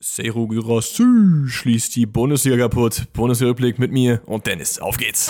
Seru Girassi schließt die Bundesliga kaputt. Bundesliga-Rückblick mit mir und Dennis. Auf geht's!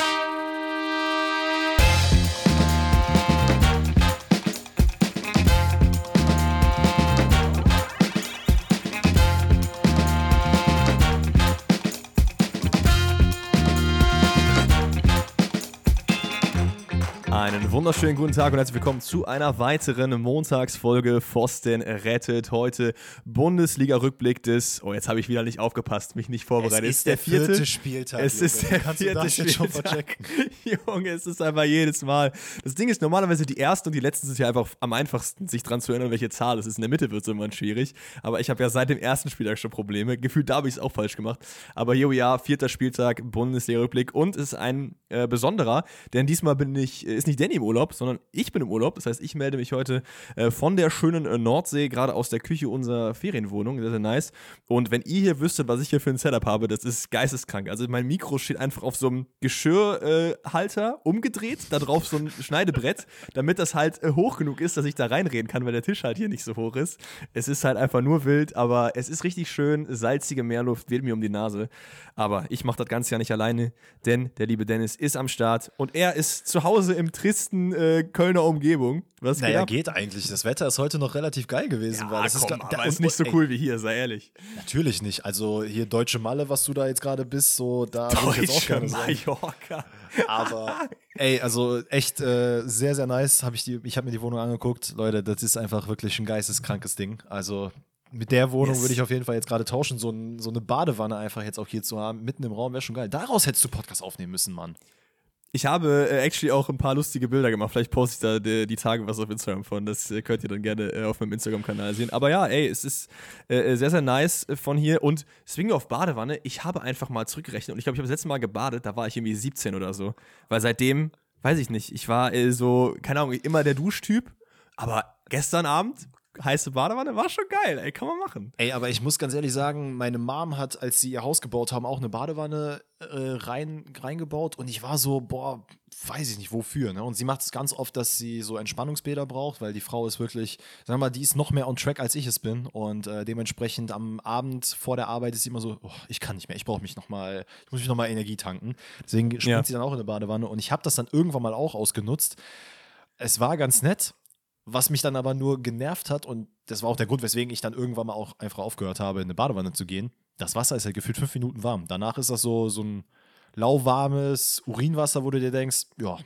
Einen wunderschönen guten Tag und herzlich willkommen zu einer weiteren Montagsfolge Pfosten rettet. Heute Bundesliga-Rückblick des, jetzt habe ich wieder nicht aufgepasst, mich nicht vorbereitet. Es ist der vierte Spieltag. Es ist der vierte Spieltag. Junge, es ist einfach jedes Mal. Das Ding ist, normalerweise die ersten und die letzten sind ja einfach am einfachsten, sich dran zu erinnern, welche Zahl es ist. In der Mitte wird es immer schwierig. Aber ich habe ja seit dem ersten Spieltag schon Probleme. Gefühlt, da habe ich es auch falsch gemacht. Aber hier, ja, vierter Spieltag, Bundesliga-Rückblick und es ist ein besonderer, denn diesmal ist nicht Danny im Urlaub, sondern ich bin im Urlaub. Das heißt, ich melde mich heute von der schönen Nordsee, gerade aus der Küche unserer Ferienwohnung. Sehr, sehr nice. Und wenn ihr hier wüsstet, was ich hier für ein Setup habe, das ist geisteskrank. Also mein Mikro steht einfach auf so einem Geschirrhalter umgedreht, da drauf so ein Schneidebrett, damit das halt hoch genug ist, dass ich da reinreden kann, weil der Tisch halt hier nicht so hoch ist. Es ist halt einfach nur wild, aber es ist richtig schön. Salzige Meerluft weht mir um die Nase. Aber ich mache das Ganze ja nicht alleine, denn der liebe Dennis ist am Start und er ist zu Hause im tristen Kölner Umgebung. Was geht eigentlich. Das Wetter ist heute noch relativ geil gewesen. Ja, weil das aber ist nicht so cool wie hier, sei ehrlich. Natürlich nicht. Also hier Deutsche Malle, was du da jetzt gerade bist, so da würde ich jetzt auch gerne sagen. Mallorca. Aber also echt sehr, sehr nice. Ich habe mir die Wohnung angeguckt. Leute, das ist einfach wirklich ein geisteskrankes Ding. Also mit der Wohnung würde ich auf jeden Fall jetzt gerade tauschen. So eine Badewanne einfach jetzt auch hier zu haben, mitten im Raum, wäre schon geil. Daraus hättest du Podcast aufnehmen müssen, Mann. Ich habe actually auch ein paar lustige Bilder gemacht. Vielleicht poste ich da die Tage was auf Instagram von. Das könnt ihr dann gerne auf meinem Instagram-Kanal sehen. Aber ja, es ist sehr, sehr nice von hier. Und deswegen auf Badewanne, ich habe einfach mal zurückgerechnet. Und ich glaube, ich habe das letzte Mal gebadet, da war ich irgendwie 17 oder so. Weil seitdem, weiß ich nicht, ich war so, keine Ahnung, immer der Duschtyp. Aber gestern Abend heiße Badewanne war schon geil, kann man machen. Aber ich muss ganz ehrlich sagen, meine Mom hat, als sie ihr Haus gebaut haben, auch eine Badewanne reingebaut und ich war so, weiß ich nicht wofür, ne? Und sie macht es ganz oft, dass sie so Entspannungsbäder braucht, weil die Frau ist wirklich, sagen wir mal, die ist noch mehr on track, als ich es bin und dementsprechend am Abend vor der Arbeit ist sie immer so, ich kann nicht mehr, ich muss mich nochmal Energie tanken. Deswegen springt sie dann auch in eine Badewanne und ich habe das dann irgendwann mal auch ausgenutzt. Es war ganz nett. Was mich dann aber nur genervt hat, und das war auch der Grund, weswegen ich dann irgendwann mal auch einfach aufgehört habe, in eine Badewanne zu gehen, das Wasser ist halt gefühlt 5 Minuten warm. Danach ist das so ein lauwarmes Urinwasser, wo du dir denkst, ja,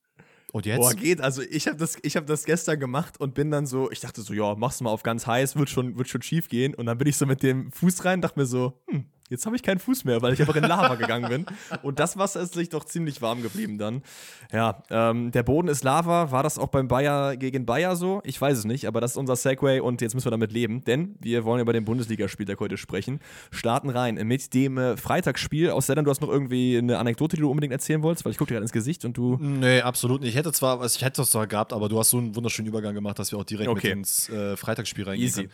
und jetzt? Geht. Also ich hab das gestern gemacht und bin dann so, ich dachte so, ja, mach's mal auf ganz heiß, wird schon schief gehen. Und dann bin ich so mit dem Fuß rein, dachte mir so, jetzt habe ich keinen Fuß mehr, weil ich einfach in Lava gegangen bin. Und das Wasser ist sich doch ziemlich warm geblieben dann. Ja, der Boden ist Lava. War das auch beim Bayer gegen Bayer so? Ich weiß es nicht, aber das ist unser Segway und jetzt müssen wir damit leben. Denn wir wollen über den Bundesligaspieltag heute sprechen. Starten rein mit dem Freitagsspiel. Außer denn, du hast noch irgendwie eine Anekdote, die du unbedingt erzählen wolltest, weil ich gucke dir gerade ins Gesicht und du... Nee, absolut nicht. Ich hätte es zwar gehabt, aber du hast so einen wunderschönen Übergang gemacht, dass wir auch direkt mit ins Freitagsspiel reingehen können.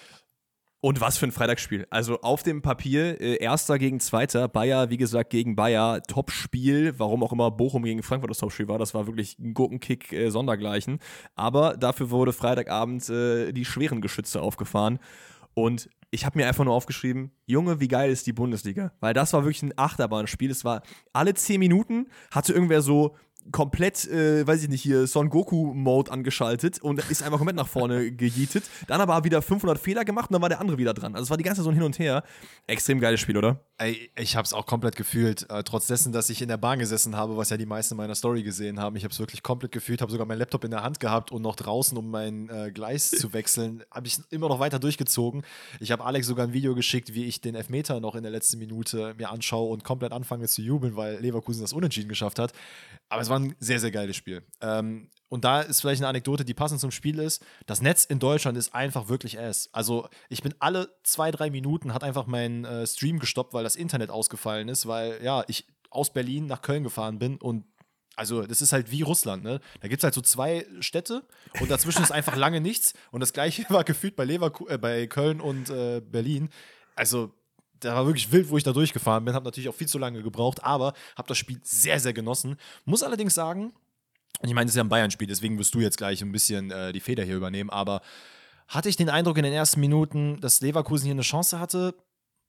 Und was für ein Freitagsspiel. Also auf dem Papier, Erster gegen Zweiter, Bayer, wie gesagt, gegen Bayer, Topspiel, warum auch immer Bochum gegen Frankfurt das Topspiel war, das war wirklich ein Gurkenkick sondergleichen. Aber dafür wurde Freitagabend die schweren Geschütze aufgefahren. Und ich habe mir einfach nur aufgeschrieben, Junge, wie geil ist die Bundesliga? Weil das war wirklich ein Achterbahnspiel. Es war alle 10 Minuten, hatte irgendwer so komplett, weiß ich nicht, hier Son Goku-Mode angeschaltet und ist einfach komplett nach vorne gejietet. Dann aber wieder 500 Fehler gemacht und dann war der andere wieder dran. Also es war die ganze Zeit so ein Hin und Her. Extrem geiles Spiel, oder? Ich habe es auch komplett gefühlt. Trotz dessen, dass ich in der Bahn gesessen habe, was ja die meisten meiner Story gesehen haben. Ich habe es wirklich komplett gefühlt, habe sogar meinen Laptop in der Hand gehabt und noch draußen, um mein Gleis zu wechseln, habe ich immer noch weiter durchgezogen. Ich habe Alex sogar ein Video geschickt, wie ich den Elfmeter noch in der letzten Minute mir anschaue und komplett anfange zu jubeln, weil Leverkusen das Unentschieden geschafft hat. Aber es war ein sehr, sehr geiles Spiel. Und da ist vielleicht eine Anekdote, die passend zum Spiel ist. Das Netz in Deutschland ist einfach wirklich ass. Also ich bin alle 2-3 Minuten, hat einfach mein Stream gestoppt, weil das Internet ausgefallen ist, weil ich aus Berlin nach Köln gefahren bin und also das ist halt wie Russland, ne? Da gibt es halt so 2 Städte und dazwischen ist einfach lange nichts und das gleiche war gefühlt bei Köln und Berlin. Also da war wirklich wild, wo ich da durchgefahren bin, habe natürlich auch viel zu lange gebraucht, aber habe das Spiel sehr, sehr genossen. Muss allerdings sagen, und ich meine, es ist ja ein Bayern-Spiel, deswegen wirst du jetzt gleich ein bisschen die Feder hier übernehmen, aber hatte ich den Eindruck in den ersten Minuten, dass Leverkusen hier eine Chance hatte?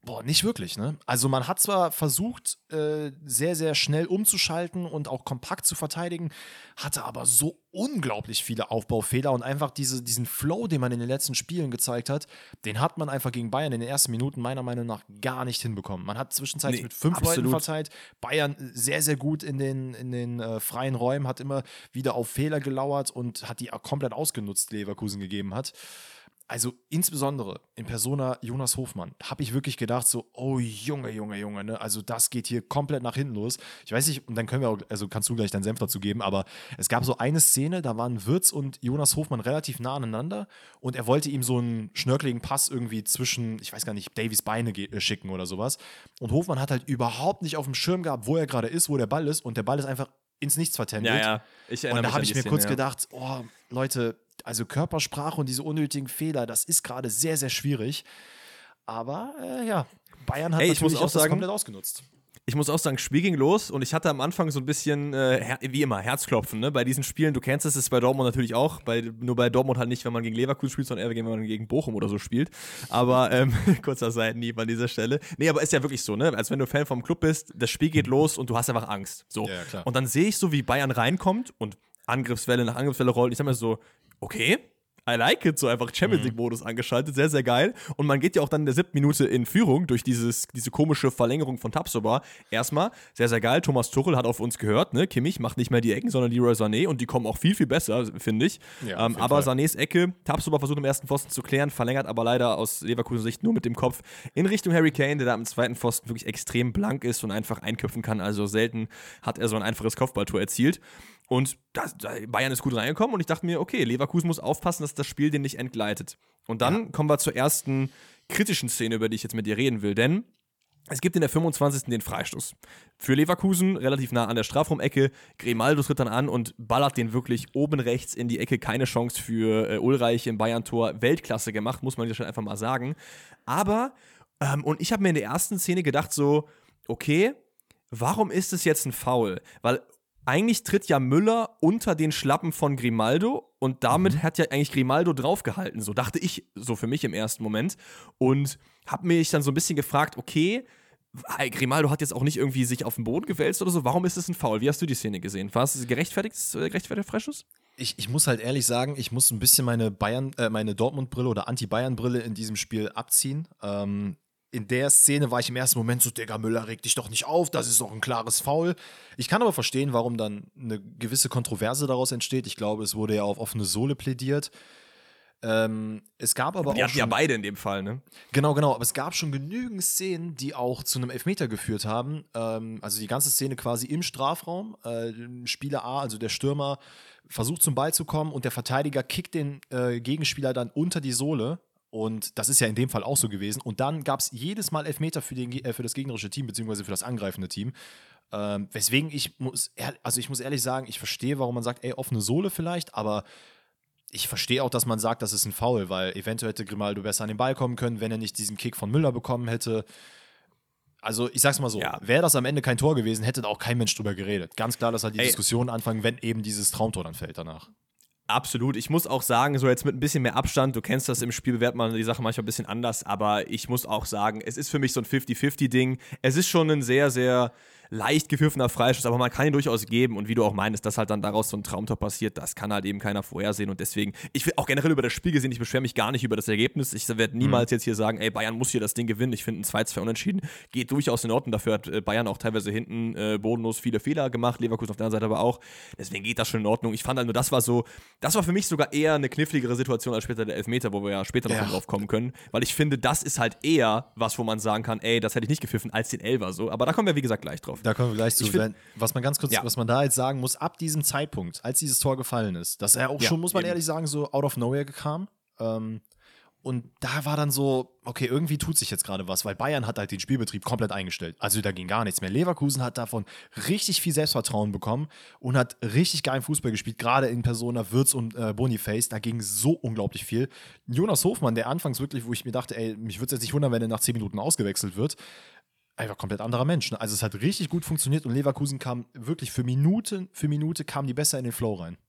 Boah, nicht wirklich, ne? Also man hat zwar versucht, sehr, sehr schnell umzuschalten und auch kompakt zu verteidigen, hatte aber so unglaublich viele Aufbaufehler und einfach diesen Flow, den man in den letzten Spielen gezeigt hat, den hat man einfach gegen Bayern in den ersten Minuten meiner Meinung nach gar nicht hinbekommen. Man hat zwischenzeitlich mit 5 Leuten verteilt, Bayern sehr, sehr gut in den freien Räumen, hat immer wieder auf Fehler gelauert und hat die komplett ausgenutzt, Leverkusen gegeben hat. Also insbesondere in Persona Jonas Hofmann habe ich wirklich gedacht so, oh Junge, ne? Also das geht hier komplett nach hinten los. Ich weiß nicht, und dann können wir auch, also kannst du gleich deinen Senf dazu geben, aber es gab so eine Szene, da waren Wirtz und Jonas Hofmann relativ nah aneinander und er wollte ihm so einen schnörkeligen Pass irgendwie zwischen, ich weiß gar nicht, Davys Beine schicken oder sowas. Und Hofmann hat halt überhaupt nicht auf dem Schirm gehabt, wo er gerade ist, wo der Ball ist und der Ball ist einfach ins Nichts vertändelt. Ja. Und da habe ich mir kurz gedacht, oh Leute, also Körpersprache und diese unnötigen Fehler, das ist gerade sehr, sehr schwierig. Aber Bayern hat natürlich auch das komplett ausgenutzt. Ich muss auch sagen, Spiel ging los und ich hatte am Anfang so ein bisschen, wie immer, Herzklopfen, ne? Bei diesen Spielen, du kennst es, ist bei Dortmund natürlich auch, nur bei Dortmund halt nicht, wenn man gegen Leverkusen spielt, sondern eher, wenn man gegen Bochum oder so spielt. Aber, kurzer Seitenhieb an dieser Stelle. Nee, aber ist ja wirklich so, ne? Als wenn du Fan vom Club bist, das Spiel geht los und du hast einfach Angst. So. Ja, klar. Und dann sehe ich so, wie Bayern reinkommt und Angriffswelle nach Angriffswelle rollt. Ich sag mir so, okay, I like it, so einfach Champions League-Modus angeschaltet, sehr, sehr geil. Und man geht ja auch dann in der 7. Minute in Führung durch diese komische Verlängerung von Tapsoba. Erstmal, sehr, sehr geil, Thomas Tuchel hat auf uns gehört, ne? Kimmich macht nicht mehr die Ecken, sondern Leroy Sané und die kommen auch viel, viel besser, finde ich. Ja, aber Sanés Ecke, Tapsoba versucht im ersten Pfosten zu klären, verlängert aber leider aus Leverkusens Sicht nur mit dem Kopf in Richtung Harry Kane, der da am zweiten Pfosten wirklich extrem blank ist und einfach einköpfen kann. Also selten hat er so ein einfaches Kopfballtor erzielt. Und Bayern ist gut reingekommen und ich dachte mir, okay, Leverkusen muss aufpassen, dass das Spiel den nicht entgleitet. Und dann kommen wir zur ersten kritischen Szene, über die ich jetzt mit dir reden will, denn es gibt in der 25. den Freistoß. Für Leverkusen relativ nah an der Strafraumecke. Grimaldo tritt dann an und ballert den wirklich oben rechts in die Ecke. Keine Chance für Ulreich im Bayern-Tor. Weltklasse gemacht, muss man schon einfach mal sagen. Aber, und ich habe mir in der ersten Szene gedacht so, okay, warum ist es jetzt ein Foul? Weil eigentlich tritt ja Müller unter den Schlappen von Grimaldo und damit hat ja eigentlich Grimaldo draufgehalten. So dachte ich, so für mich im ersten Moment. Und habe mich dann so ein bisschen gefragt, okay, Grimaldo hat jetzt auch nicht irgendwie sich auf den Boden gewälzt oder so. Warum ist es ein Foul? Wie hast du die Szene gesehen? War es gerechtfertigter Freischuss? Ich muss halt ehrlich sagen, ich muss ein bisschen meine Dortmund-Brille oder Anti-Bayern-Brille in diesem Spiel abziehen. In der Szene war ich im ersten Moment so, Digga, Müller, reg dich doch nicht auf, das ist doch ein klares Foul. Ich kann aber verstehen, warum dann eine gewisse Kontroverse daraus entsteht. Ich glaube, es wurde ja auf offene Sohle plädiert. Es gab aber die auch hatten ja beide in dem Fall, ne? Genau, aber es gab schon genügend Szenen, die auch zu einem Elfmeter geführt haben. Also die ganze Szene quasi im Strafraum. Spieler A, also der Stürmer, versucht zum Ball zu kommen und der Verteidiger kickt den Gegenspieler dann unter die Sohle. Und das ist ja in dem Fall auch so gewesen. Und dann gab es jedes Mal Elfmeter für das gegnerische Team, beziehungsweise für das angreifende Team. Weswegen ich muss ehrlich sagen, ich verstehe, warum man sagt, ey, offene Sohle vielleicht, aber ich verstehe auch, dass man sagt, das ist ein Foul, weil eventuell hätte Grimaldo besser an den Ball kommen können, wenn er nicht diesen Kick von Müller bekommen hätte. Also ich sag's mal so, wäre das am Ende kein Tor gewesen, hätte da auch kein Mensch drüber geredet. Ganz klar, dass halt die Diskussion anfangen, wenn eben dieses Traumtor dann fällt danach. Absolut. Ich muss auch sagen, so jetzt mit ein bisschen mehr Abstand, du kennst das, im Spiel bewertet man die Sache manchmal ein bisschen anders, aber ich muss auch sagen, es ist für mich so ein 50-50-Ding. Es ist schon ein sehr, sehr leicht gepfiffener Freischuss, aber man kann ihn durchaus geben und wie du auch meinst, dass halt dann daraus so ein Traumtor passiert, das kann halt eben keiner vorhersehen und deswegen, ich will auch generell über das Spiel gesehen, ich beschwere mich gar nicht über das Ergebnis, ich werde niemals jetzt hier sagen, ey, Bayern muss hier das Ding gewinnen, ich finde ein 2-2 unentschieden, geht durchaus in Ordnung, dafür hat Bayern auch teilweise hinten bodenlos viele Fehler gemacht, Leverkusen auf der anderen Seite aber auch, deswegen geht das schon in Ordnung, ich fand halt nur, das war für mich sogar eher eine kniffligere Situation als später der Elfmeter, wo wir ja später noch drauf kommen können, weil ich finde, das ist halt eher was, wo man sagen kann, ey, das hätte ich nicht gepfiffen, als den Elfer so, aber da kommen wir wie gesagt gleich drauf. Da kommen wir gleich zu. Was man da jetzt sagen muss, ab diesem Zeitpunkt, als dieses Tor gefallen ist, dass er auch schon, muss man ehrlich sagen, so out of nowhere kam. Und da war dann so, okay, irgendwie tut sich jetzt gerade was, weil Bayern hat halt den Spielbetrieb komplett eingestellt. Also da ging gar nichts mehr. Leverkusen hat davon richtig viel Selbstvertrauen bekommen und hat richtig geilen Fußball gespielt, gerade in Persona Wirtz und Boniface. Da ging so unglaublich viel. Jonas Hofmann, der anfangs wirklich, wo ich mir dachte, ey, mich würde es jetzt nicht wundern, wenn er nach 10 Minuten ausgewechselt wird, einfach komplett anderer Mensch. Ne? Also es hat richtig gut funktioniert und Leverkusen kam wirklich für Minute kam die besser in den Flow rein.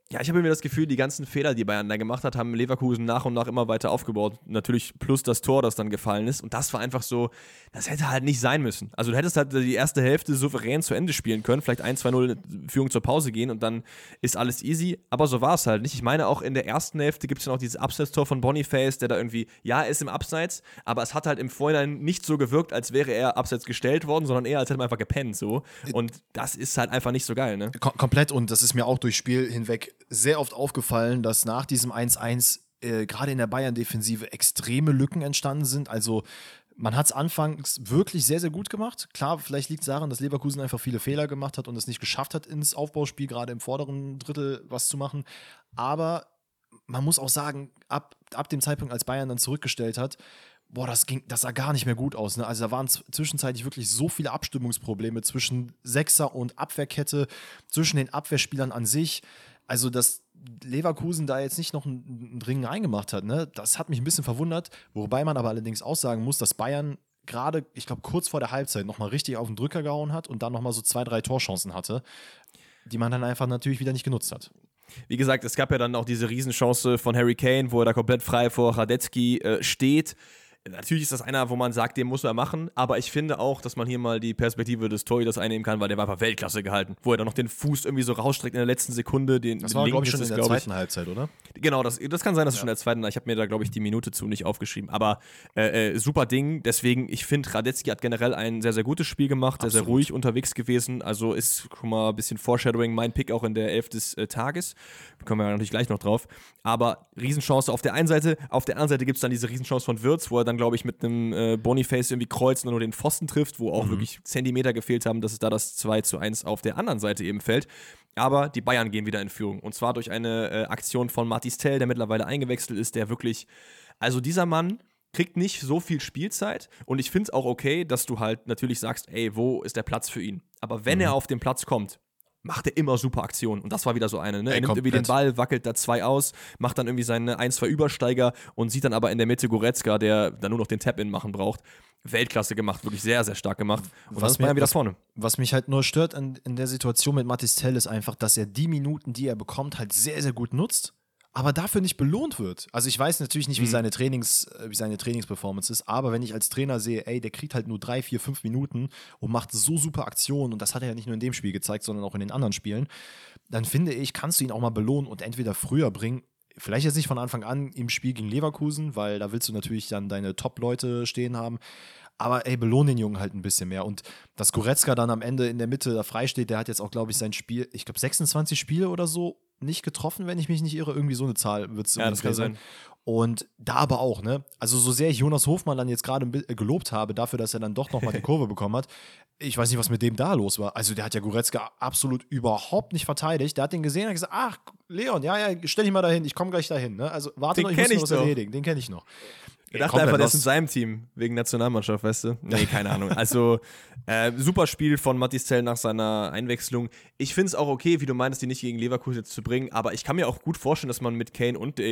Ja, ich habe mir das Gefühl, die ganzen Fehler, die Bayern da gemacht hat, haben Leverkusen nach und nach immer weiter aufgebaut. Natürlich plus das Tor, das dann gefallen ist. Und das war einfach so, das hätte halt nicht sein müssen. Also du hättest halt die erste Hälfte souverän zu Ende spielen können, vielleicht 1-2-0 Führung zur Pause gehen und dann ist alles easy. Aber so war es halt nicht. Ich meine, auch in der ersten Hälfte gibt es ja noch dieses Abseits-Tor von Boniface, der da irgendwie, ja, er ist im Abseits, aber es hat halt im Vorhinein nicht so gewirkt, als wäre er abseits gestellt worden, sondern eher, als hätte man einfach gepennt, so. Und das ist halt einfach nicht so geil, ne? Komplett, und das ist mir auch durchs Spiel hinweg sehr oft aufgefallen, dass nach diesem 1-1 gerade in der Bayern-Defensive extreme Lücken entstanden sind. Also man hat es anfangs wirklich sehr, sehr gut gemacht. Klar, vielleicht liegt es daran, dass Leverkusen einfach viele Fehler gemacht hat und es nicht geschafft hat, ins Aufbauspiel gerade im vorderen Drittel was zu machen. Aber man muss auch sagen, ab dem Zeitpunkt, als Bayern dann zurückgestellt hat, boah, das sah gar nicht mehr gut aus. Ne? Also da waren zwischenzeitlich wirklich so viele Abstimmungsprobleme zwischen Sechser- und Abwehrkette, zwischen den Abwehrspielern an sich. Also, dass Leverkusen da jetzt nicht noch einen Ring reingemacht hat, ne? Das hat mich ein bisschen verwundert. Wobei man aber allerdings auch sagen muss, dass Bayern gerade, ich glaube, kurz vor der Halbzeit nochmal richtig auf den Drücker gehauen hat und dann nochmal so 2, 3 Torchancen hatte, die man dann einfach natürlich wieder nicht genutzt hat. Wie gesagt, es gab ja dann auch diese Riesenchance von Harry Kane, wo er da komplett frei vor Radetzky steht. Natürlich ist das einer, wo man sagt, den muss er machen, aber ich finde auch, dass man hier mal die Perspektive des Torhüters einnehmen kann, weil der war einfach Weltklasse gehalten, wo er dann noch den Fuß irgendwie so rausstreckt in der letzten Sekunde. Das war, glaube ich, schon in der zweiten Halbzeit, oder? Genau, das kann sein, dass es schon in der zweiten, ich habe mir da, glaube ich, die Minute zu nicht aufgeschrieben, aber super Ding, deswegen, ich finde, Radetzky hat generell ein sehr, sehr gutes Spiel gemacht, sehr, sehr ruhig unterwegs gewesen, also ist, guck mal, ein bisschen Foreshadowing, mein Pick auch in der 11 des Tages, kommen wir ja natürlich gleich noch drauf, aber Riesenchance auf der einen Seite, auf der anderen Seite gibt es dann diese Riesenchance von Wirtz, wo er dann, glaube ich, mit einem Boniface irgendwie kreuzt und nur den Pfosten trifft, wo auch wirklich Zentimeter gefehlt haben, dass es da das 2-1 auf der anderen Seite eben fällt. Aber die Bayern gehen wieder in Führung. Und zwar durch eine Aktion von Mathys Tel, der mittlerweile eingewechselt ist, der wirklich, also dieser Mann kriegt nicht so viel Spielzeit und ich finde es auch okay, dass du halt natürlich sagst, ey, wo ist der Platz für ihn? Aber wenn er auf den Platz kommt, macht er immer super Aktionen. Und das war wieder so eine. Ne? Er nimmt irgendwie den Ball, wackelt da 2 aus, macht dann irgendwie seine 1-2 Übersteiger und sieht dann aber in der Mitte Goretzka, der dann nur noch den Tap-In machen braucht. Weltklasse gemacht, wirklich sehr, sehr stark gemacht. Und was Bayern wieder vorne. Was mich halt nur stört in der Situation mit Mathys Tel ist einfach, dass er die Minuten, die er bekommt, halt sehr, sehr gut nutzt, aber dafür nicht belohnt wird. Also ich weiß natürlich nicht, wie seine Trainingsperformance ist, aber wenn ich als Trainer sehe, ey, der kriegt halt nur 3, 4, 5 Minuten und macht so super Aktionen, und das hat er ja nicht nur in dem Spiel gezeigt, sondern auch in den anderen Spielen, dann finde ich, kannst du ihn auch mal belohnen und entweder früher bringen, vielleicht jetzt nicht von Anfang an im Spiel gegen Leverkusen, weil da willst du natürlich dann deine Top-Leute stehen haben, aber ey, belohn den Jungen halt ein bisschen mehr. Und dass Goretzka dann am Ende in der Mitte da frei steht, der hat jetzt auch, glaube ich, sein Spiel, ich glaube 26 Spiele oder so nicht getroffen, wenn ich mich nicht irre. Irgendwie so eine Zahl wird es das kann sein. Und da aber auch, ne? Also so sehr ich Jonas Hofmann dann jetzt gerade gelobt habe dafür, dass er dann doch nochmal die Kurve bekommen hat, ich weiß nicht, was mit dem da los war. Also der hat ja Goretzka absolut überhaupt nicht verteidigt. Der hat den gesehen und hat gesagt, ach, Leon, ja, stell dich mal dahin, ich komme gleich dahin. Ne? Also warte den noch, ich muss noch was doch erledigen. Den kenne ich noch. Ich dachte einfach, der ist in seinem Team, wegen Nationalmannschaft, weißt du? Nee, keine Ahnung. Also, super Spiel von Mathys Tel nach seiner Einwechslung. Ich finde es auch okay, wie du meinst, die nicht gegen Leverkusen jetzt zu bringen, aber ich kann mir auch gut vorstellen, dass man mit Kane und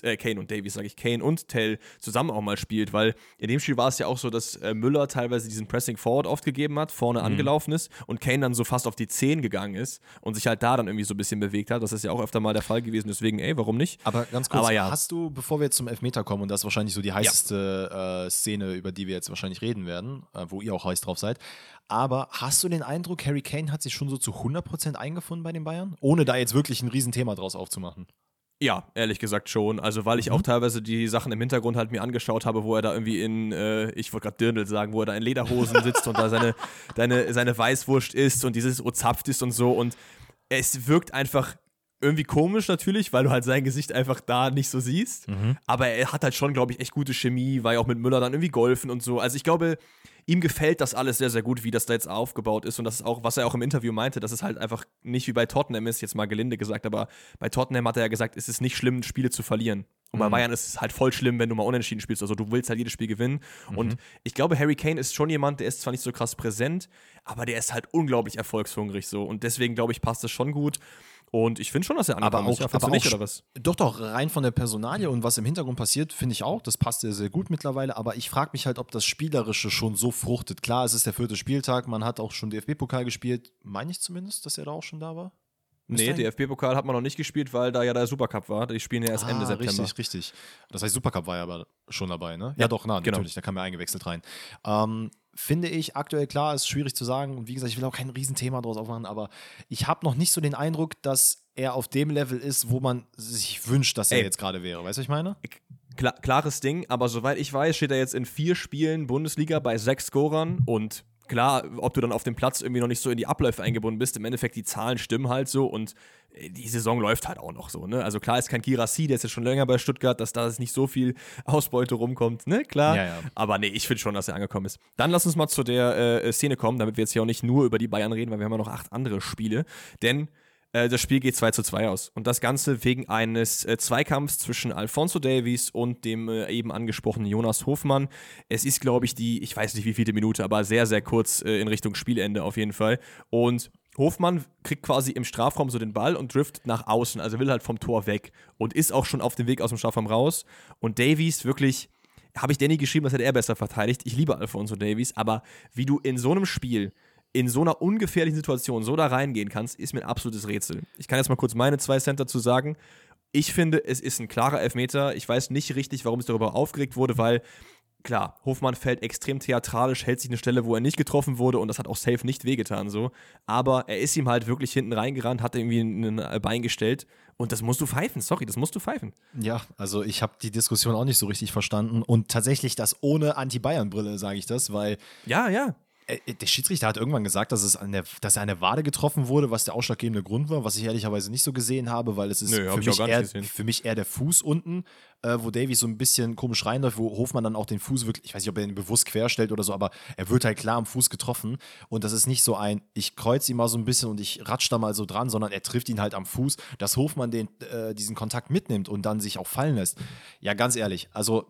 Tel zusammen auch mal spielt, weil in dem Spiel war es ja auch so, dass Müller teilweise diesen Pressing Forward oft gegeben hat, vorne angelaufen ist und Kane dann so fast auf die 10 gegangen ist und sich halt da dann irgendwie so ein bisschen bewegt hat. Das ist ja auch öfter mal der Fall gewesen, deswegen, ey, warum nicht? Aber ganz kurz, ja. Hast du, bevor wir jetzt zum Elfmeter kommen, und das ist wahrscheinlich so die heißeste Szene, über die wir jetzt wahrscheinlich reden werden, wo ihr auch heiß drauf seid, aber hast du den Eindruck, Harry Kane hat sich schon so zu 100% eingefunden bei den Bayern? Ohne da jetzt wirklich ein Riesenthema draus aufzumachen. Ja, ehrlich gesagt schon. Also, weil ich auch teilweise die Sachen im Hintergrund halt mir angeschaut habe, wo er da irgendwie ich wollte gerade Dirndl sagen, wo er da in Lederhosen sitzt und da seine Weißwurst isst und dieses Ozapft ist und so. Und es wirkt einfach irgendwie komisch natürlich, weil du halt sein Gesicht einfach da nicht so siehst. Aber er hat halt schon, glaube ich, echt gute Chemie, war ja auch mit Müller dann irgendwie golfen und so. Also ich glaube, ihm gefällt das alles sehr, sehr gut, wie das da jetzt aufgebaut ist. Und das ist auch, was er auch im Interview meinte, dass es halt einfach nicht wie bei Tottenham ist, jetzt mal gelinde gesagt, aber bei Tottenham hat er ja gesagt, es ist nicht schlimm, Spiele zu verlieren. Und bei Bayern ist es halt voll schlimm, wenn du mal unentschieden spielst. Also du willst halt jedes Spiel gewinnen. Und ich glaube, Harry Kane ist schon jemand, der ist zwar nicht so krass präsent, aber der ist halt unglaublich erfolgshungrig so. Und deswegen, glaube ich, passt das schon gut. Und ich finde schon, dass er angekommen ist. Aber nicht, oder was? Doch, rein von der Personalie und was im Hintergrund passiert, finde ich auch. Das passt sehr, sehr gut mittlerweile. Aber ich frage mich halt, ob das Spielerische schon so fruchtet. Klar, es ist der 4. Spieltag. Man hat auch schon DFB-Pokal gespielt. Meine ich zumindest, dass er da auch schon da war? Nee, DFB-Pokal hat man noch nicht gespielt, weil da ja der Supercup war. Die spielen ja erst Ende September. Richtig. Das heißt, Supercup war ja aber schon dabei, ne? Ja, doch, genau. Natürlich, da kam er eingewechselt rein. Finde ich aktuell, klar, ist schwierig zu sagen. Und wie gesagt, ich will auch kein Riesenthema draus aufmachen, aber ich habe noch nicht so den Eindruck, dass er auf dem Level ist, wo man sich wünscht, dass er jetzt gerade wäre. Weißt du, was ich meine? Klares Ding, aber soweit ich weiß, steht er jetzt in 4 Spielen Bundesliga bei 6 Scorern und klar, ob du dann auf dem Platz irgendwie noch nicht so in die Abläufe eingebunden bist, im Endeffekt die Zahlen stimmen halt so und die Saison läuft halt auch noch so, ne? Also klar ist kein Girassi, der ist jetzt schon länger bei Stuttgart, dass da nicht so viel Ausbeute rumkommt, ne? Klar. Ja. Aber nee, ich finde schon, dass er angekommen ist. Dann lass uns mal zu der Szene kommen, damit wir jetzt hier auch nicht nur über die Bayern reden, weil wir haben ja noch 8 andere Spiele, denn das Spiel geht 2:2 aus. Und das Ganze wegen eines Zweikampfs zwischen Alphonso Davies und dem eben angesprochenen Jonas Hofmann. Es ist, glaube ich, ich weiß nicht wie viele Minute, aber sehr, sehr kurz in Richtung Spielende auf jeden Fall. Und Hofmann kriegt quasi im Strafraum so den Ball und driftet nach außen, also will halt vom Tor weg und ist auch schon auf dem Weg aus dem Strafraum raus. Und Davies wirklich, habe ich Danny geschrieben, das hätte er besser verteidigt. Ich liebe Alphonso Davies, aber wie du in so einem Spiel in so einer ungefährlichen Situation so da reingehen kannst, ist mir ein absolutes Rätsel. Ich kann jetzt mal kurz meine 2 Cent dazu sagen. Ich finde, es ist ein klarer Elfmeter. Ich weiß nicht richtig, warum es darüber aufgeregt wurde, weil, klar, Hofmann fällt extrem theatralisch, hält sich eine Stelle, wo er nicht getroffen wurde und das hat auch safe nicht wehgetan so. Aber er ist ihm halt wirklich hinten reingerannt, hat irgendwie ein Bein gestellt und das musst du pfeifen. Sorry, das musst du pfeifen. Ja, also ich habe die Diskussion auch nicht so richtig verstanden und tatsächlich das ohne Anti-Bayern-Brille, sage ich das, weil Ja. Der Schiedsrichter hat irgendwann gesagt, dass er an der Wade getroffen wurde, was der ausschlaggebende Grund war, was ich ehrlicherweise nicht so gesehen habe, weil es ist für mich eher der Fuß unten, wo Davies so ein bisschen komisch reinläuft, wo Hofmann dann auch den Fuß wirklich, ich weiß nicht, ob er ihn bewusst querstellt oder so, aber er wird halt klar am Fuß getroffen und das ist nicht so ich kreuze ihn mal so ein bisschen und ich ratsch da mal so dran, sondern er trifft ihn halt am Fuß, dass Hofmann diesen Kontakt mitnimmt und dann sich auch fallen lässt. Ja, ganz ehrlich, also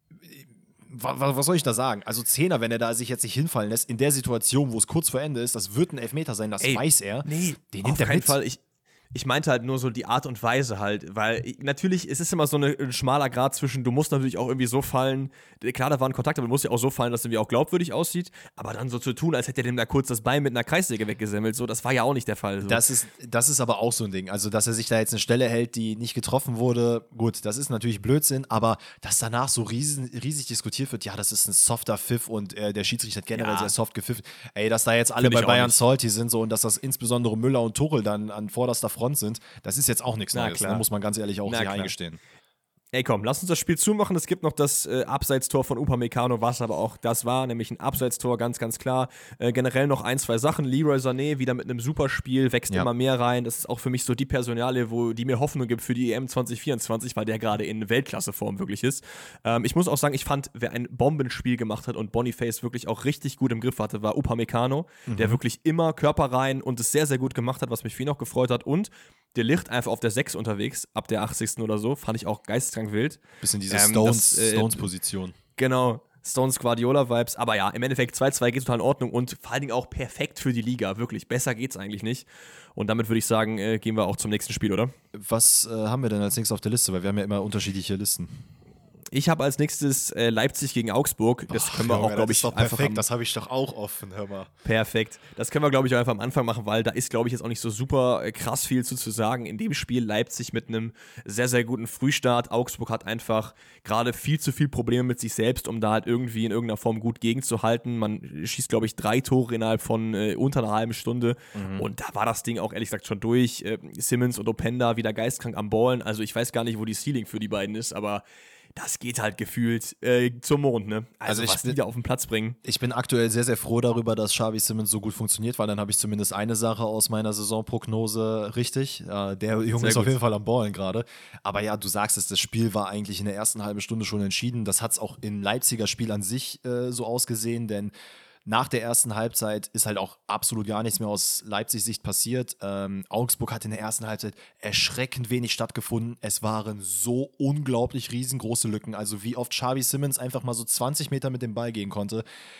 was soll ich da sagen? Also Zehner, wenn er da sich jetzt nicht hinfallen lässt, in der Situation, wo es kurz vor Ende ist, das wird ein Elfmeter sein, das weiß er. Nee, den nimmt er auf keinen Fall. Ich meinte halt nur so die Art und Weise halt, weil natürlich, es ist immer so ein schmaler Grad zwischen, du musst natürlich auch irgendwie so fallen, klar, da war ein Kontakt, aber du musst ja auch so fallen, dass es irgendwie auch glaubwürdig aussieht, aber dann so zu tun, als hätte er dem da kurz das Bein mit einer Kreissäge weggesemmelt, so, das war ja auch nicht der Fall. So. Das ist aber auch so ein Ding, also dass er sich da jetzt eine Stelle hält, die nicht getroffen wurde, gut, das ist natürlich Blödsinn, aber dass danach so riesig diskutiert wird, ja, das ist ein softer Pfiff und der Schiedsrichter hat generell sehr soft gepfiffen, ey, dass da jetzt alle bei Bayern salty sind so und dass das insbesondere Müller und Tuchel dann an vorderster Front sind, das ist jetzt auch nichts Neues, ne? Muss man ganz ehrlich auch sich eingestehen. Ey komm, lass uns das Spiel zumachen. Es gibt noch das Abseitstor von Upamecano, was aber auch das war, nämlich ein Abseitstor, ganz, ganz klar. Generell noch 1, 2 Sachen. Leroy Sané wieder mit einem Superspiel, wächst immer mehr rein. Das ist auch für mich so die Personalie, die mir Hoffnung gibt für die EM 2024, weil der gerade in Weltklasseform wirklich ist. Ich muss auch sagen, ich fand, wer ein Bombenspiel gemacht hat und Boniface wirklich auch richtig gut im Griff hatte, war Upamecano, der wirklich immer Körper rein und es sehr, sehr gut gemacht hat, was mich viel noch gefreut hat. Und der Licht einfach auf der 6 unterwegs, ab der 80. oder so, fand ich auch geisteskrank wild. Bisschen diese Stones-Position. Genau, Stones-Guardiola-Vibes. Aber ja, im Endeffekt 2:2 geht total in Ordnung und vor allen Dingen auch perfekt für die Liga. Wirklich, besser geht's eigentlich nicht. Und damit würde ich sagen, gehen wir auch zum nächsten Spiel, oder? Was haben wir denn als nächstes auf der Liste? Weil wir haben ja immer unterschiedliche Listen. Ich habe als nächstes Leipzig gegen Augsburg. Das können wir auch, glaube ich, einfach. Perfekt, das habe ich doch auch offen, hör mal. Perfekt. Das können wir, glaube ich, auch einfach am Anfang machen, weil da ist, glaube ich, jetzt auch nicht so super krass viel zu sagen. In dem Spiel Leipzig mit einem sehr, sehr guten Frühstart. Augsburg hat einfach gerade viel zu viel Probleme mit sich selbst, um da halt irgendwie in irgendeiner Form gut gegenzuhalten. Man schießt, glaube ich, 3 Tore innerhalb von unter einer halben Stunde. Und da war das Ding auch ehrlich gesagt schon durch. Simmons und Openda wieder geistkrank am Ballen. Also ich weiß gar nicht, wo die Ceiling für die beiden ist, aber das geht halt gefühlt zum Mond, ne? Also was die da auf den Platz bringen. Ich bin aktuell sehr, sehr froh darüber, dass Xavi Simmons so gut funktioniert, weil dann habe ich zumindest eine Sache aus meiner Saisonprognose richtig. Der Junge ist auf jeden Fall am Ballen gerade. Aber ja, du sagst es, das Spiel war eigentlich in der ersten halben Stunde schon entschieden. Das hat es auch im Leipziger Spiel an sich so ausgesehen, denn nach der ersten Halbzeit ist halt auch absolut gar nichts mehr aus Leipzigs Sicht passiert. Augsburg hat in der ersten Halbzeit erschreckend wenig stattgefunden. Es waren so unglaublich riesengroße Lücken. Also wie oft Xavi Simmons einfach mal so 20 Meter mit dem Ball gehen konnte.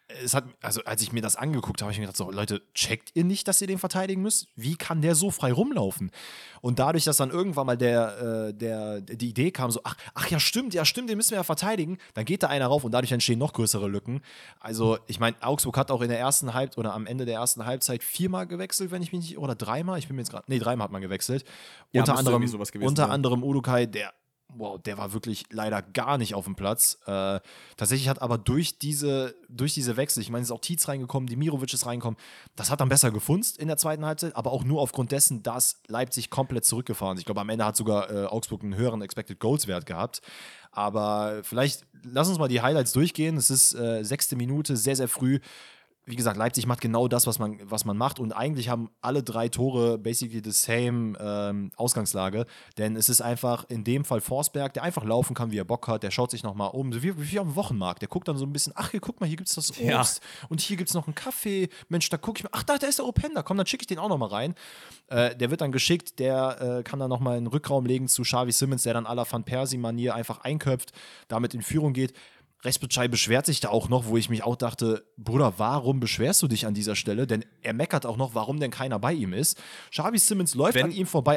also als ich mir das angeguckt habe, habe ich mir gedacht, so, Leute, checkt ihr nicht, dass ihr den verteidigen müsst? Wie kann der so frei rumlaufen? Und dadurch, dass dann irgendwann mal die Idee kam, so, ach ja, stimmt, den müssen wir ja verteidigen, dann geht da einer rauf und dadurch entstehen noch größere Lücken. Also, ich meine, Augsburg hat auch in der ersten oder am Ende der ersten Halbzeit 4-mal gewechselt, wenn ich mich nicht, oder 3-mal, ich bin mir jetzt gerade, 3-mal hat man gewechselt. Ja, unter sein. anderem Udukai, der war wirklich leider gar nicht auf dem Platz. Tatsächlich hat aber durch diese Wechsel, ich meine, es ist auch Tietz reingekommen, Dimirovic ist reingekommen, das hat dann besser gefunzt in der zweiten Halbzeit, aber auch nur aufgrund dessen, dass Leipzig komplett zurückgefahren ist. Ich glaube, am Ende hat sogar Augsburg einen höheren Expected Goals Wert gehabt. Aber vielleicht lass uns mal die Highlights durchgehen. Es ist 6. Minute, sehr, sehr früh. Wie gesagt, Leipzig macht genau das, was man macht. Und eigentlich haben alle 3 Tore basically the same Ausgangslage. Denn es ist einfach in dem Fall Forsberg, der einfach laufen kann, wie er Bock hat. Der schaut sich nochmal um, so wie auf dem Wochenmarkt. Der guckt dann so ein bisschen, ach, hier, guck mal, hier gibt es das Obst. Ja. Und hier gibt es noch einen Kaffee. Mensch, da gucke ich mal, ach, da ist der Openda. Komm, dann schicke ich den auch nochmal rein. Der wird dann geschickt. Der kann dann nochmal in den Rückraum legen zu Xavi Simons, der dann à la Van Persie-Manier einfach einköpft, damit in Führung geht. Respitschei beschwert sich da auch noch, wo ich mich auch dachte, Bruder, warum beschwerst du dich an dieser Stelle? Denn er meckert auch noch, warum denn keiner bei ihm ist. Xavi Simons läuft an ihm vorbei,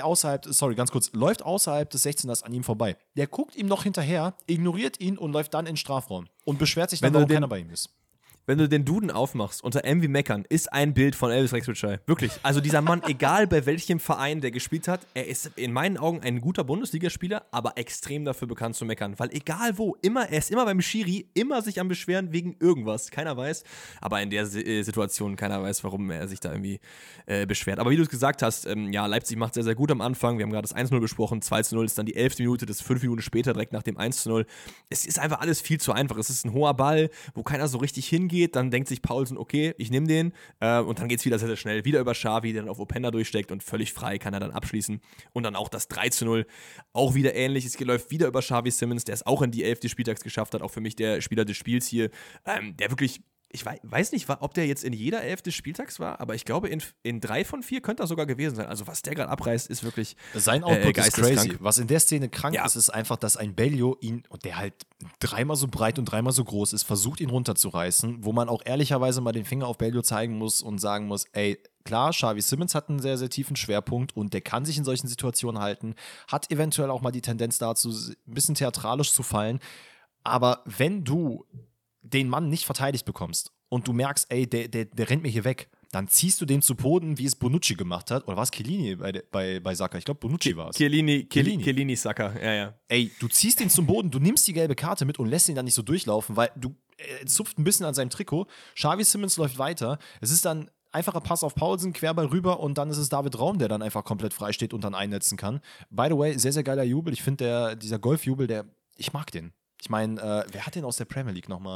läuft außerhalb des 16ers an ihm vorbei. Der guckt ihm noch hinterher, ignoriert ihn und läuft dann in den Strafraum und beschwert sich dann, warum keiner bei ihm ist. Wenn du den Duden aufmachst, unter M wie Meckern, ist ein Bild von Elvis Respitschei. Wirklich. Also dieser Mann, egal bei welchem Verein der gespielt hat, er ist in meinen Augen ein guter Bundesligaspieler, aber extrem dafür bekannt zu meckern. Weil egal wo, er ist immer beim Schiri, immer sich am Beschweren wegen irgendwas. Keiner weiß, aber in der Situation, keiner weiß, warum er sich da irgendwie beschwert. Aber wie du es gesagt hast, ja, Leipzig macht sehr, sehr gut am Anfang. Wir haben gerade das 1-0 besprochen, 2-0 ist dann die 11. Minute, das 5 Minuten später, direkt nach dem 1-0. Es ist einfach alles viel zu einfach. Es ist ein hoher Ball, wo keiner so richtig hingeht. Dann denkt sich Paulsen, okay, ich nehme den und dann geht es wieder sehr, sehr schnell. Wieder über Xavi, der dann auf Openda durchsteckt und völlig frei kann er dann abschließen. Und dann auch das 3-0, auch wieder ähnlich. Es läuft wieder über Xavi Simons, der es auch in die 11. Spieltags geschafft hat, auch für mich der Spieler des Spiels hier, der wirklich, ich weiß nicht, ob der jetzt in jeder 11. Spieltags war, aber ich glaube, in 3 von 4 könnte er sogar gewesen sein. Also was der gerade abreißt, ist wirklich sein Output ist crazy. Was in der Szene krank ist einfach, dass ein Bellio der halt 3-mal so breit und 3-mal so groß ist, versucht ihn runterzureißen, wo man auch ehrlicherweise mal den Finger auf Bellio zeigen muss und sagen muss, ey, klar, Xavi Simons hat einen sehr, sehr tiefen Schwerpunkt und der kann sich in solchen Situationen halten, hat eventuell auch mal die Tendenz dazu, ein bisschen theatralisch zu fallen, aber wenn du den Mann nicht verteidigt bekommst und du merkst, ey, der rennt mir hier weg, dann ziehst du den zu Boden, wie es Bonucci gemacht hat. Oder war es Chiellini bei Saka? Ich glaube, Bonucci war es. Chiellini Saka, ja. Ey, du ziehst den zum Boden, du nimmst die gelbe Karte mit und lässt ihn dann nicht so durchlaufen, weil zupft ein bisschen an seinem Trikot. Xavi Simons läuft weiter. Es ist dann einfacher Pass auf Paulsen, Querball rüber und dann ist es David Raum, der dann einfach komplett frei steht und dann einnetzen kann. By the way, sehr, sehr geiler Jubel. Ich finde, dieser Golfjubel, ich mag den. Ich meine, wer hat den aus der Premier League nochmal?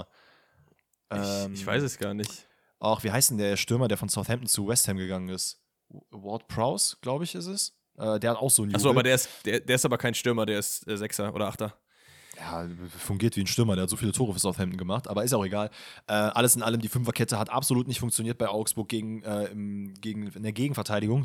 Ich weiß es gar nicht. Auch, wie heißt denn der Stürmer, der von Southampton zu West Ham gegangen ist? Ward Prowse, glaube ich, ist es. Der hat auch so einen Jubel. Achso, aber der ist aber kein Stürmer, der ist Sechser oder Achter. Ja, fungiert wie ein Stürmer, der hat so viele Tore für Southampton gemacht, aber ist auch egal. Alles in allem, die Fünferkette hat absolut nicht funktioniert bei Augsburg in der Gegenverteidigung,